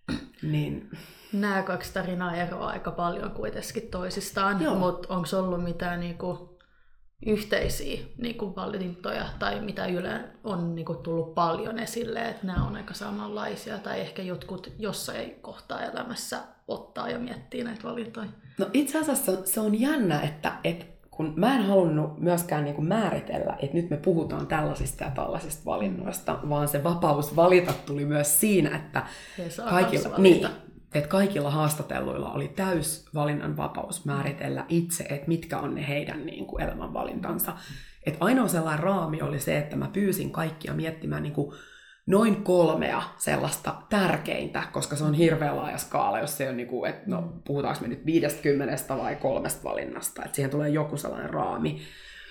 Niin. Nämä kaksi tarinaa eroaa aika paljon kuitenkin toisistaan, mutta onko ollut mitään niinku yhteisiä niinku valintoja tai mitä Yle on niinku tullut paljon esille, että nämä on aika samanlaisia tai ehkä jotkut jossain kohtaa elämässä ottaa ja miettii näitä valintoja? No itse asiassa se on jännä, että, että kun mä en halunnut myöskään niin kuin määritellä, että nyt me puhutaan tällaisista ja tällaisista valinnoista, vaan se vapaus valita tuli myös siinä, että kaikilla, niin, että kaikilla haastatelluilla oli täys valinnan vapaus määritellä itse, että mitkä on ne heidän niin kuin elämänvalintansa. Että ainoa sellainen raami oli se, että mä pyysin kaikkia miettimään niin kuin noin kolmea sellaista tärkeintä, koska se on hirveän laaja skaala, jos se on niin kuin, että no, puhutaanko me nyt viidestäkymmenestä vai kolmesta valinnasta, että siihen tulee joku sellainen raami.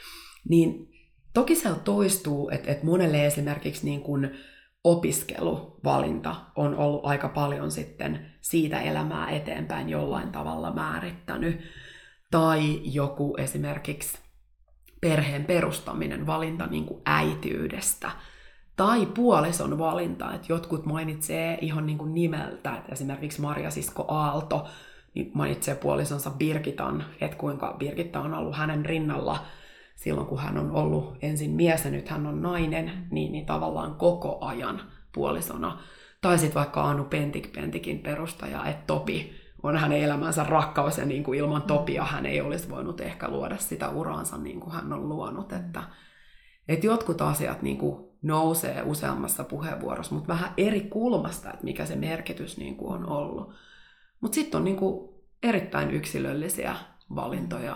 Niin toki se toistuu, että, että monelle esimerkiksi niin kuin opiskeluvalinta on ollut aika paljon sitten siitä elämää eteenpäin jollain tavalla määrittänyt. Tai joku esimerkiksi perheen perustaminen, valinta niin kuin äitiydestä. Tai puolison valinta, että jotkut mainitsee ihan niin kuin nimeltä, että esimerkiksi Marja Sisko Aalto niin mainitsee puolisonsa Birgitan, että kuinka Birgitta on ollut hänen rinnalla silloin, kun hän on ollut ensin mies ja nyt hän on nainen, niin, niin tavallaan koko ajan puolisona. Tai sitten vaikka Anu Pentik, Pentikin perustaja, että Topi on hänen elämänsä rakkaus ja niin kuin ilman Topia hän ei olisi voinut ehkä luoda sitä uraansa niin kuin hän on luonut, että Että jotkut asiat niin kuin nousee useammassa puheenvuorossa, mutta vähän eri kulmasta, että mikä se merkitys niin kuin on ollut. Mutta sitten on niin kuin erittäin yksilöllisiä valintoja.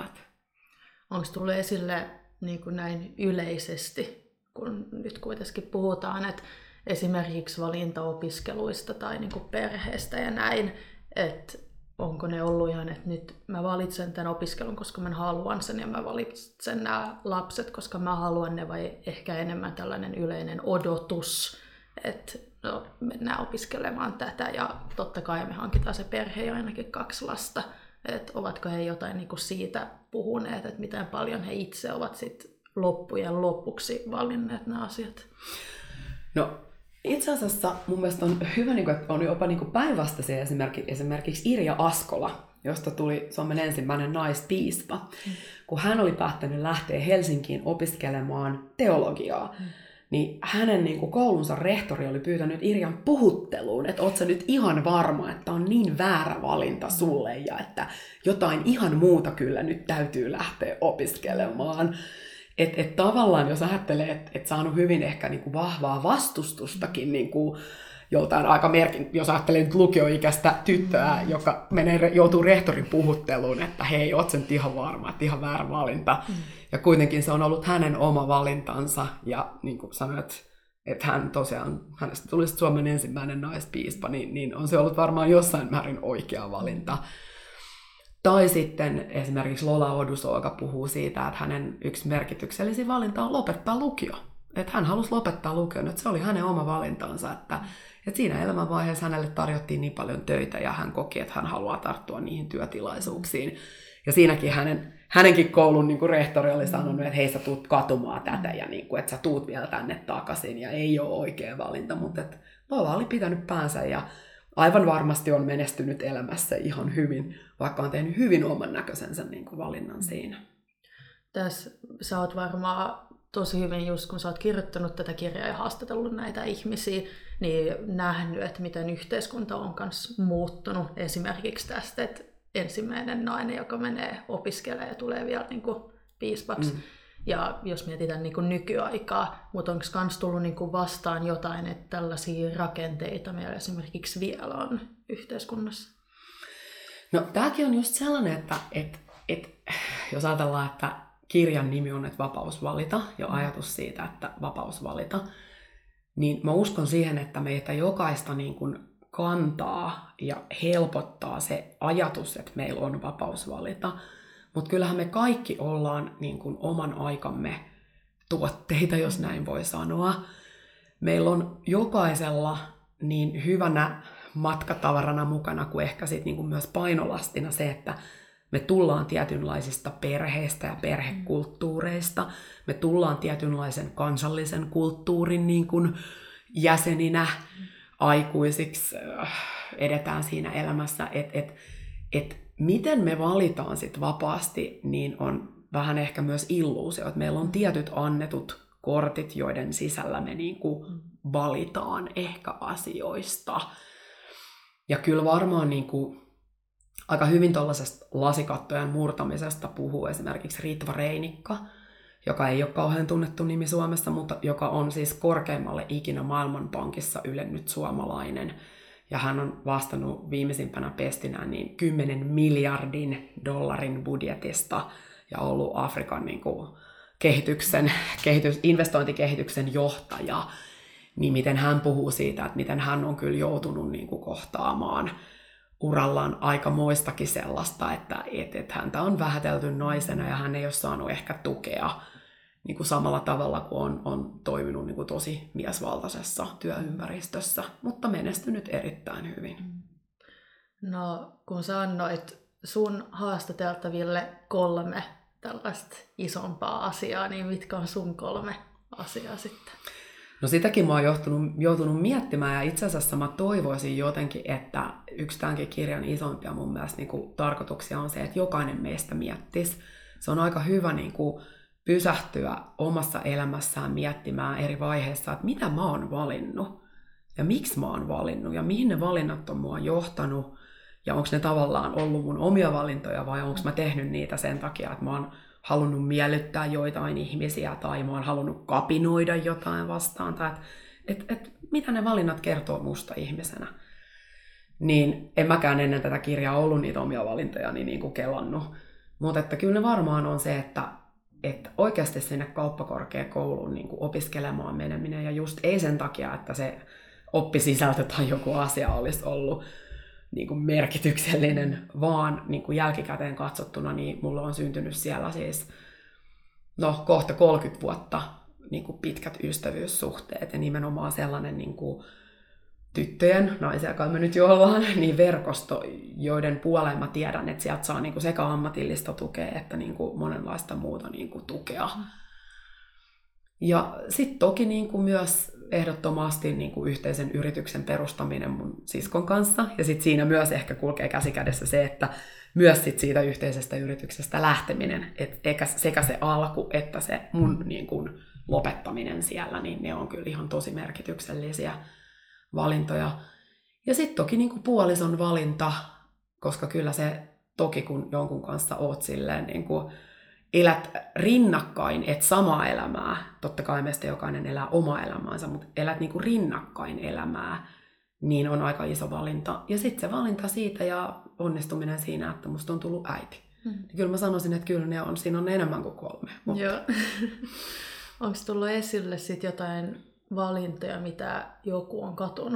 Onko tullut esille niin kuin näin yleisesti, kun nyt kuitenkin puhutaan, että, esimerkiksi valintaopiskeluista tai niin kuin perheestä ja näin, että onko ne ollut ihan, että nyt mä valitsen tämän opiskelun, koska mä haluan sen ja mä valitsen nämä lapset, koska mä haluan ne, vai ehkä enemmän tällainen yleinen odotus, että no, mennään opiskelemaan tätä ja totta kai me hankitaan se perhe ja ainakin kaksi lasta. Että ovatko he jotain niin kuin siitä puhuneet, että miten paljon he itse ovat sit loppujen lopuksi valinneet nämä asiat? No itse asiassa mun mielestä on hyvä, että on jopa päinvastaisia esimerkiksi, esimerkiksi Irja Askola, josta tuli Suomen ensimmäinen naispiispa, mm. kun hän oli päättänyt lähteä Helsinkiin opiskelemaan teologiaa. Mm. Niin hänen niin kuin koulunsa rehtori oli pyytänyt Irjan puhutteluun, että oot sä nyt ihan varma, että on niin väärä valinta sulle ja että jotain ihan muuta kyllä nyt täytyy lähteä opiskelemaan. Että et tavallaan jos ajattelee, että et saanut hyvin ehkä niin kuin vahvaa vastustustakin niin kuin joltain aika merkin, jos ajattelee nyt lukioikäistä tyttöä, joka menee, joutuu rehtorin puhutteluun, että hei, oot sen ihan varma, että ihan väärä valinta. Mm. Ja kuitenkin se on ollut hänen oma valintansa, ja niin kuin sanoit, että hän tosiaan, hänestä tuli Suomen ensimmäinen naispiispa, niin, niin on se ollut varmaan jossain määrin oikea valinta. Tai sitten esimerkiksi Lola Odusoga puhuu siitä, että hänen yksi merkityksellisin valinta on lopettaa lukio. Että hän halusi lopettaa lukion, että se oli hänen oma valintansa, että, että siinä elämänvaiheessa hänelle tarjottiin niin paljon töitä ja hän koki, että hän haluaa tarttua niihin työtilaisuuksiin. Ja siinäkin hänen, hänenkin koulun niin kuin rehtori oli sanonut, että hei sä tuut katumaan tätä ja niin kuin, että sä tuut vielä tänne takaisin ja ei ole oikea valinta, mutta että Lola oli pitänyt päänsä ja aivan varmasti on menestynyt elämässä ihan hyvin, vaikka on tehnyt hyvin oman näköisensä niin kuin valinnan siinä. Tässä sä oot varmaan tosi hyvin, just kun sä oot kirjoittanut tätä kirjaa ja haastatellut näitä ihmisiä, niin nähnyt, että miten yhteiskunta on kanssa muuttunut esimerkiksi tästä, että ensimmäinen nainen, joka menee opiskelemaan ja tulee vielä niin kuin piispaksi. Mm. Ja jos mietitään niin kuin nykyaikaa, mutta onko myös tullut niin kuin vastaan jotain, että tällaisia rakenteita meillä esimerkiksi vielä on yhteiskunnassa? No tämäkin on just sellainen, että, että, että jos ajatellaan, että kirjan nimi on, että vapaus valita, ja ajatus siitä, että vapaus valita, niin mä uskon siihen, että meitä jokaista niin kuin kantaa ja helpottaa se ajatus, että meillä on vapaus valita. Mutta kyllähän me kaikki ollaan niin kuin oman aikamme tuotteita, jos näin voi sanoa. Meillä on jokaisella niin hyvänä matkatavarana mukana kuin ehkä sit niin kuin myös painolastina se, että me tullaan tietynlaisista perheistä ja perhekulttuureista. Me tullaan tietynlaisen kansallisen kulttuurin niin kuin jäseninä aikuisiksi, edetään siinä elämässä. Että et, et miten me valitaan sit vapaasti, niin on vähän ehkä myös illuusio. Että meillä on tietyt annetut kortit, joiden sisällä me niin kuin valitaan ehkä asioista. Ja kyllä varmaan niin kuin aika hyvin tuollaisesta lasikattojen murtamisesta puhuu esimerkiksi Ritva Reinikka, joka ei ole kauhean tunnettu nimi Suomessa, mutta joka on siis korkeimmalle ikinä Maailmanpankissa ylennyt suomalainen. Ja hän on vastannut viimeisimpänä pestinään niin kymmenen miljardin dollarin budjetista ja ollut Afrikan niin kuin kehityksen, kehitys, investointikehityksen johtaja. Niin miten hän puhuu siitä, että miten hän on kyllä joutunut niin kuin kohtaamaan urallaan aikamoistakin sellaista, että et, et häntä on vähätelty naisena ja hän ei ole saanut ehkä tukea niin kuin samalla tavalla kuin on, on toiminut niin kuin tosi miesvaltaisessa työympäristössä, mutta menestynyt erittäin hyvin. No kun sä annoit sun haastateltaville kolme tällaista isompaa asiaa, niin mitkä on sun kolme asiaa sitten? No sitäkin mä oon joutunut, joutunut miettimään, ja itse asiassa mä toivoisin jotenkin, että yksi tämänkin kirjan isompia mun mielestä niin kuin tarkoituksia on se, että jokainen meistä miettisi. Se on aika hyvä niin kuin pysähtyä omassa elämässään miettimään eri vaiheissa, että mitä mä oon valinnut, ja miksi mä oon valinnut, ja mihin ne valinnat on mua johtanut, ja onko ne tavallaan ollut mun omia valintoja, vai onko mä tehnyt niitä sen takia, että mä oon halunnut miellyttää joitain ihmisiä, tai mä oon halunnut kapinoida jotain vastaan, tai että et, et, mitä ne valinnat kertoo musta ihmisenä. Niin en mäkään ennen tätä kirjaa ollut niitä omia valintojani niin kuin kelannut. Mutta että kyllä ne varmaan on se, että että oikeasti sinne kauppakorkeakouluun niin kuin opiskelemaan meneminen, ja just ei sen takia, että se oppisisältö tai joku asia olisi ollut niin kuin merkityksellinen, vaan niin kuin jälkikäteen katsottuna, niin mulla on syntynyt siellä siis no, kohta kolmekymmentä vuotta niin kuin pitkät ystävyyssuhteet, ja nimenomaan sellainen niin kuin tyttöjen, naisia kai me nyt jo ollaan, niin verkosto, joiden puoleen mä tiedän, että sieltä saa niin kuin sekä ammatillista tukea että niin kuin monenlaista muuta niin kuin tukea. Ja sitten toki niin kuin myös ehdottomasti niin kuin yhteisen yrityksen perustaminen mun siskon kanssa, ja sitten siinä myös ehkä kulkee käsikädessä se, että myös sit siitä yhteisestä yrityksestä lähteminen, että sekä se alku että se mun niin kuin lopettaminen siellä, niin ne on kyllä ihan tosi merkityksellisiä valintoja. Ja sitten toki niin kuin puolison valinta, koska kyllä se toki kun jonkun kanssa oot silleen niin kuin elät rinnakkain, et samaa elämää, totta kai meistä jokainen elää omaa elämäänsä, mutta elät niin kuin rinnakkain elämää, niin on aika iso valinta. Ja sitten se valinta siitä ja onnistuminen siinä, että musta on tullut äiti. Hmm. Kyllä mä sanoisin, että kyllä ne on, siinä on enemmän kuin kolme. Mutta... Joo. Onko tullut esille sit jotain valintoja, mitä joku on katunut?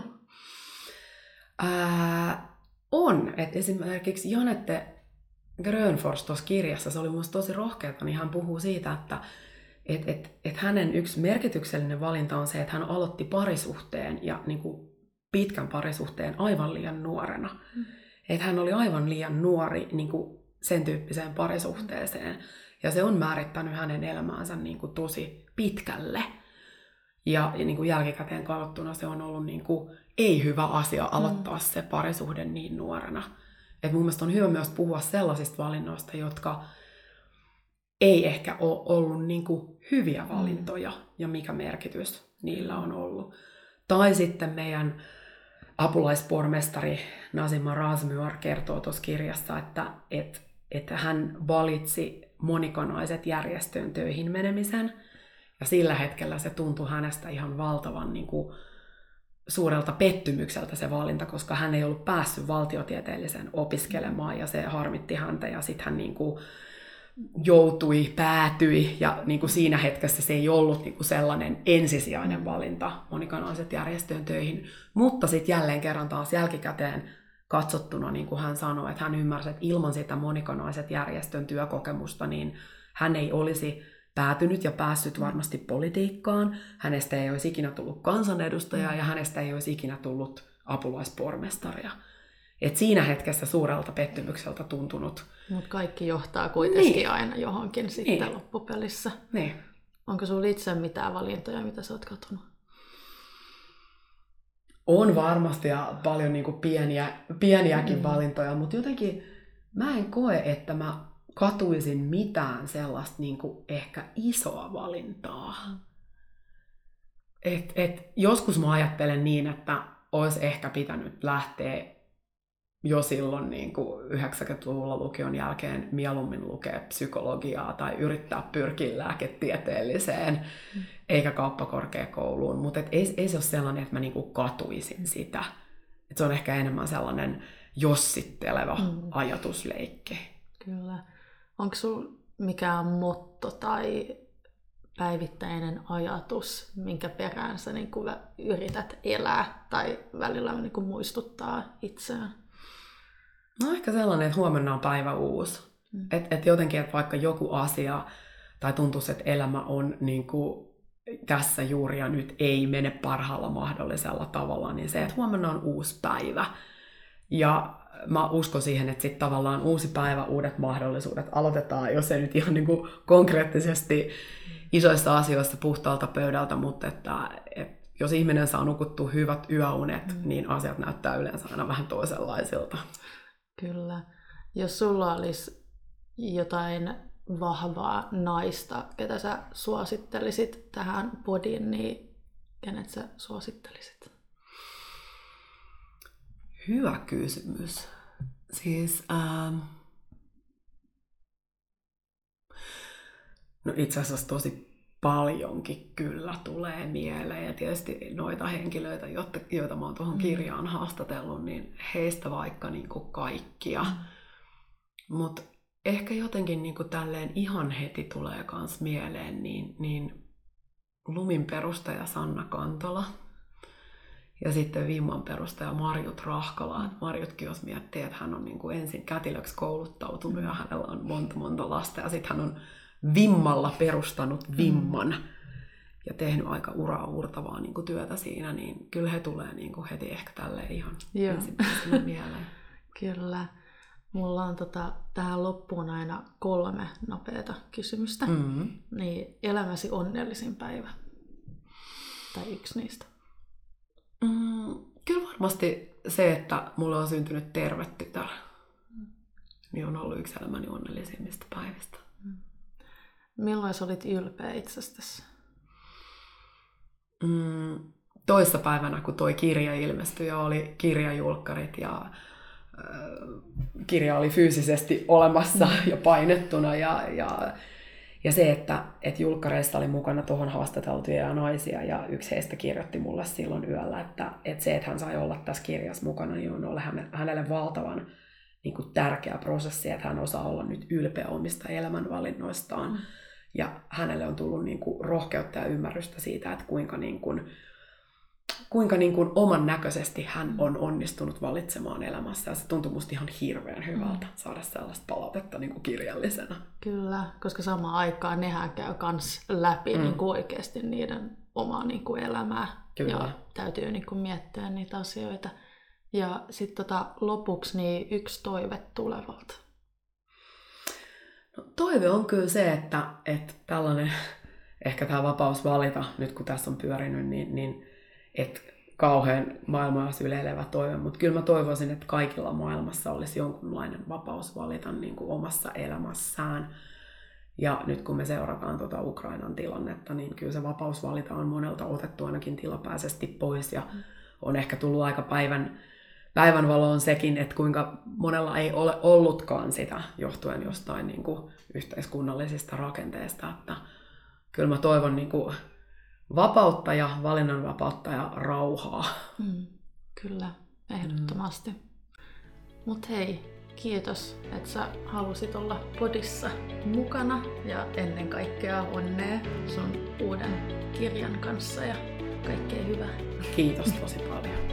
Ää, on. Et esimerkiksi Janette Grönfors tuossa kirjassa, se oli musta tosi rohkeata, niin hän puhuu siitä, että et, et, et hänen yksi merkityksellinen valinta on se, että hän aloitti parisuhteen ja niin kuin pitkän parisuhteen aivan liian nuorena. Mm. Että hän oli aivan liian nuori niin kuin sen tyyppiseen parisuhteeseen. Ja se on määrittänyt hänen elämäänsä niin kuin tosi pitkälle. Ja, ja niin kuin jälkikäteen katsottuna se on ollut niin kuin ei hyvä asia aloittaa mm. se parisuhde niin nuorena. Et mun mielestä on hyvä myös puhua sellaisista valinnoista, jotka ei ehkä ole ollut niin kuin hyviä valintoja mm. ja mikä merkitys niillä on ollut. Tai sitten meidän apulaispormestari Nazima Razmyar kertoo tuossa kirjassa, että, että, että hän valitsi monikanaiset järjestöön töihin menemisen. Ja sillä hetkellä se tuntui hänestä ihan valtavan niin kuin, suurelta pettymykseltä se valinta, koska hän ei ollut päässyt valtiotieteelliseen opiskelemaan ja se harmitti häntä ja sitten hän niin kuin, joutui, päätyi ja niin kuin siinä hetkessä se ei ollut niin kuin sellainen ensisijainen valinta monikanaiset järjestöön töihin. Mutta sitten jälleen kerran taas jälkikäteen katsottuna, niin kuin hän sanoi, että hän ymmärsi, että ilman sitä monikanaiset järjestön työkokemusta, niin hän ei olisi päätynyt ja päässyt varmasti politiikkaan. Hänestä ei olisi ikinä tullut kansanedustajaa ja hänestä ei olisi ikinä tullut apulaispormestaria. Et siinä hetkessä suurelta pettymykseltä tuntunut. Mutta kaikki johtaa kuitenkin niin. aina johonkin sitten niin. loppupelissä. Niin. Onko sinulla itse mitään valintoja, mitä sä oot katunut? On varmasti ja paljon niinku pieniä, pieniäkin mm. valintoja, mutta jotenkin mä en koe, että mä katuisin mitään sellaista niinku ehkä isoa valintaa. Mm. Et, et joskus mä ajattelen niin, että olisi ehkä pitänyt lähteä jo silloin niin kuin yhdeksänkymmentäluvulla lukion jälkeen mieluummin lukea psykologiaa tai yrittää pyrkiä lääketieteelliseen, mm. eikä kauppakorkeakouluun. Mutta ei, ei se ole sellainen, että mä niin kuin katuisin sitä. Et se on ehkä enemmän sellainen jossitteleva mm. ajatusleikki. Kyllä. Onko sinulla mikään motto tai päivittäinen ajatus, minkä perään sä niin kuin yrität elää tai välillä niin kuin muistuttaa itseään? No ehkä sellainen, että huomenna on päivä uusi. Mm. Että et jotenkin, että vaikka joku asia tai tuntuisi, että elämä on niin kuin tässä juuri ja nyt ei mene parhaalla mahdollisella tavalla, niin se, että huomenna on uusi päivä. Ja mä uskon siihen, että sitten tavallaan uusi päivä, uudet mahdollisuudet aloitetaan, jos ei nyt ihan niin kuin konkreettisesti isoissa asioissa puhtaalta pöydältä, mutta että, että jos ihminen saa nukuttua hyvät yöunet, mm. niin asiat näyttää yleensä aina vähän toisenlaisilta. Kyllä. Jos sulla olisi jotain vahvaa naista, ketä sä suosittelisit tähän podiin, niin kenet sä suosittelisit? Hyvä kysymys. Siis, ähm... no itse asiassa tosi paljonkin kyllä tulee mieleen. Ja tietysti noita henkilöitä, joita, joita mä oon tuohon kirjaan mm. haastatellut, niin heistä vaikka niin kuin kaikkia. Mm. Mutta ehkä jotenkin niin kuin tälleen ihan heti tulee kans mieleen, niin, niin Lumin perustaja Sanna Kantola ja sitten Vimman perustaja Marjut Rahkala. Mm. Marjutkin, jos miettii, että hän on niin kuin ensin kätilöksi kouluttautunut ja hänellä on monta monta lasta ja sitten hän on Vimmalla perustanut Vimman mm. ja tehnyt aika uraa uurtavaa niin kuin työtä siinä, niin kyllä he tulee niin kuin heti ehkä tälleen ihan ensimmäisenä mieleen. Kyllä. Mulla on tota, tähän loppuun aina kolme nopeata kysymystä. Mm-hmm. Niin elämäsi onnellisin päivä? Tai yksi niistä? Mm, kyllä varmasti se, että mulla on syntynyt terve tytär. Mm. Niin on ollut yksi elämäni onnellisimmista päivistä. Mm. Milloin sä olit ylpeä itsestäsi? Mm, toissa päivänä, kun toi kirja ilmestyi ja oli kirjajulkkarit ja kirja oli fyysisesti olemassa ja painettuna ja, ja, ja se, että et julkkareissa oli mukana tuohon haastateltuja naisia ja yksi heistä kirjoitti mulle silloin yöllä, että, että se, että hän sai olla tässä kirjassa mukana, niin on ollut hänelle valtavan niin kuin tärkeä prosessi, että hän osaa olla nyt ylpeä omista elämänvalinnoistaan mm. ja hänelle on tullut niin kuin rohkeutta ja ymmärrystä siitä, että kuinka niin kuin kuinka niin kuin oman näköisesti hän on onnistunut valitsemaan elämässä. Ja se tuntui musta ihan hirveän hyvältä mm. saada sellaista palautetta niin kuin kirjallisena. Kyllä, koska samaan aikaan nehän käy kans läpi mm. niin kuin oikeasti niiden omaa niin kuin elämää. Kyllä. Ja täytyy niin kuin miettiä niitä asioita. Ja sitten tota, lopuksi niin yksi toive tulevalta. No, toive on kyllä se, että, että tällainen, ehkä tämä vapaus valita, nyt kun tässä on pyörinyt, niin, niin että kauhean maailmaa syleilevä toive, mutta kyllä mä toivoisin, että kaikilla maailmassa olisi jonkunlainen vapaus valita niin kuin omassa elämässään. Ja nyt kun me seurataan tuota Ukrainan tilannetta, niin kyllä se vapaus valita on monelta otettu ainakin tilapäisesti pois. Ja on ehkä tullut aika päivän, päivänvaloon sekin, että kuinka monella ei ole ollutkaan sitä johtuen jostain niin kuin yhteiskunnallisista rakenteista. Että kyllä mä toivon niin kuin vapautta ja valinnanvapautta ja rauhaa. Mm, kyllä, ehdottomasti. Mm. Mut hei, kiitos, että sä halusit olla podissa mukana ja ennen kaikkea onnea sun uuden kirjan kanssa ja kaikkea hyvää. Kiitos tosi paljon.